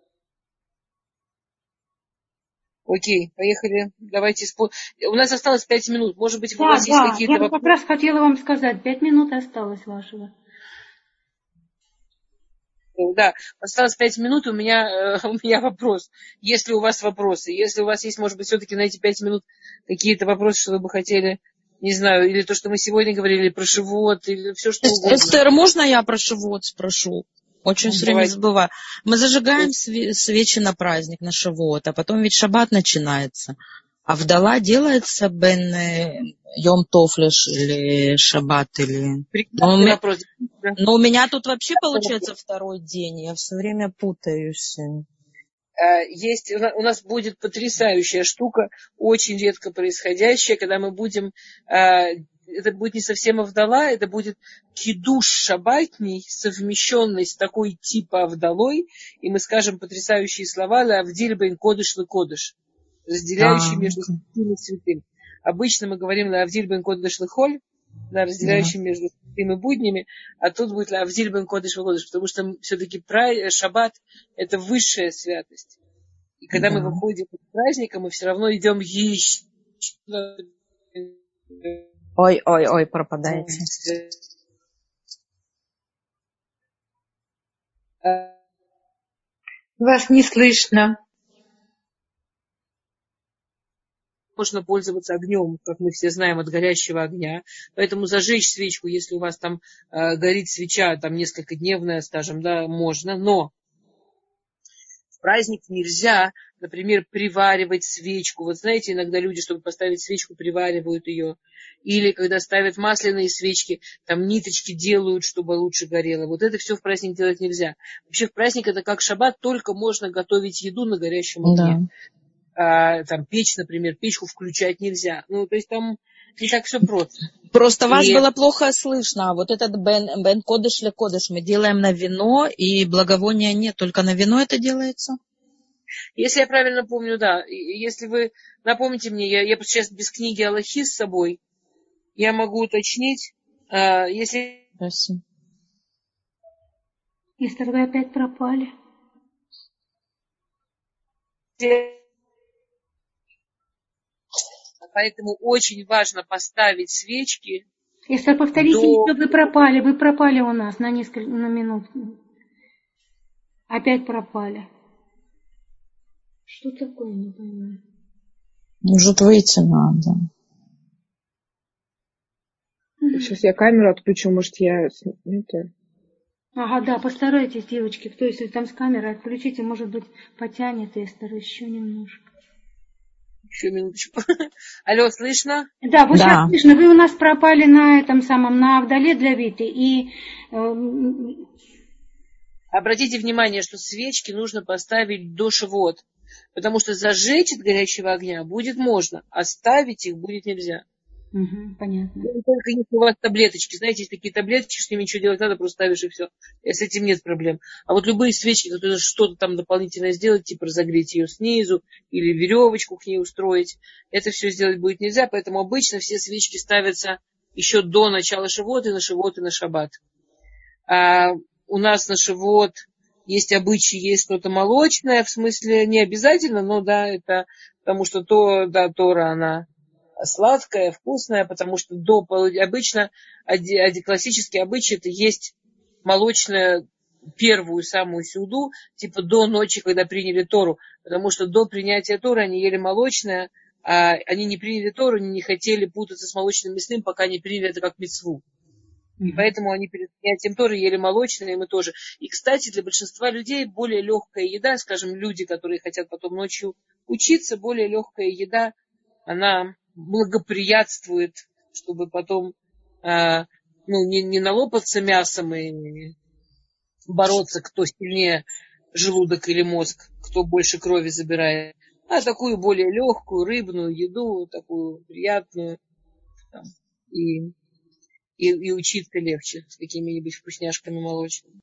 Окей, поехали. Давайте У нас осталось 5 минут. Может быть, у вас есть какие-то вопросы? Я как раз хотела вам сказать. 5 минут осталось вашего. Да, осталось 5 минут, у меня вопрос. Если у вас вопросы, если у вас есть, может быть, все-таки на эти 5 минут какие-то вопросы, что вы бы хотели, не знаю, или то, что мы сегодня говорили, про шивот, или все, что угодно. Эстер, можно я про шивот спрошу? Очень все время забываю. Мы зажигаем свечи на праздник, на шивот, а потом ведь шаббат начинается. А вдала делается бен Йом Тофлеш или шаббат, или... Вопрос. Но у меня тут вообще получается второй день, я все время путаюсь. У нас будет потрясающая штука, очень редко происходящая, когда мы будем... Это будет не совсем авдала, это будет кидуш шаббатний, совмещенный с такой типа авдалой, и мы скажем потрясающие слова «Лавдиль бен кодыш ле кодыш», разделяющий между святым и святым. Обычно мы говорим «Лавдиль бен кодыш ле холь», разделяющий между святым и буднями, а тут будет «Лавдиль бен кодыш ле кодыш», потому что все-таки шаббат – это высшая святость. И когда мы выходим из праздника, мы все равно идем еще... Ой, пропадаете. Вас не слышно. Можно пользоваться огнем, как мы все знаем, от горящего огня. Поэтому зажечь свечку, если у вас там горит свеча, там несколькодневная, скажем, да, можно. Но в праздник нельзя, например, приваривать свечку. Вот знаете, иногда люди, чтобы поставить свечку, приваривают ее. Или когда ставят масляные свечки, там ниточки делают, чтобы лучше горело. Вот это все в праздник делать нельзя. Вообще в праздник это как шаббат, только можно готовить еду на горящем огне. Там печь, например, печку включать нельзя. Ну, то есть там не так все просто. Просто вас было плохо слышно. Вот этот бен кодыш ле кодыш мы делаем на вино, и благовония нет, только на вино это делается? Если я правильно помню, да. Если вы напомните мне, я сейчас без книги Аллахи с собой, я могу уточнить, если... Спасибо. Если вы опять пропали. Поэтому очень важно поставить свечки. Если повторите, что вы пропали у нас на несколько минут. Опять пропали. Что такое, не понимаю. Может, выйти надо. Сейчас я камеру отключу, может, я... Ага, да, постарайтесь, девочки. То есть, там с камеры отключите, может быть, потянет Эстер еще немножко. Еще минуточку. Алло, слышно? Да, вот сейчас слышно. Вы у нас пропали на этом самом, на Авдале для Виты. И... Обратите внимание, что свечки нужно поставить до шивот. Потому что зажечь от горячего огня будет можно, а ставить их будет нельзя. Угу, понятно. Только если у вас таблеточки. Знаете, есть такие таблеточки, что с ними ничего делать надо, просто ставишь и все. И с этим нет проблем. А вот любые свечки, которые что-то там дополнительное сделать, типа разогреть ее снизу или веревочку к ней устроить, это все сделать будет нельзя. Поэтому обычно все свечки ставятся еще до начала шивот, и на шаббат. А у нас на шивот есть обычаи, есть что-то молочное, в смысле не обязательно, но да, это потому что Тора, она сладкая, вкусная, потому что обычно классический обычай это есть молочное первую самую сюду, типа до ночи, когда приняли Тору. Потому что до принятия Торы они ели молочное, а они не приняли Тору, они не хотели путаться с молочным мясным, пока не приняли это как мицву. И поэтому они перед принятием Торы ели молочное, и мы тоже. И, кстати, для большинства людей более легкая еда, скажем, люди, которые хотят потом ночью учиться, более легкая еда, она благоприятствует, чтобы потом не налопаться мясом и бороться, кто сильнее желудок или мозг, кто больше крови забирает, а такую более легкую рыбную еду, такую приятную, и учиться легче с какими-нибудь вкусняшками молочными.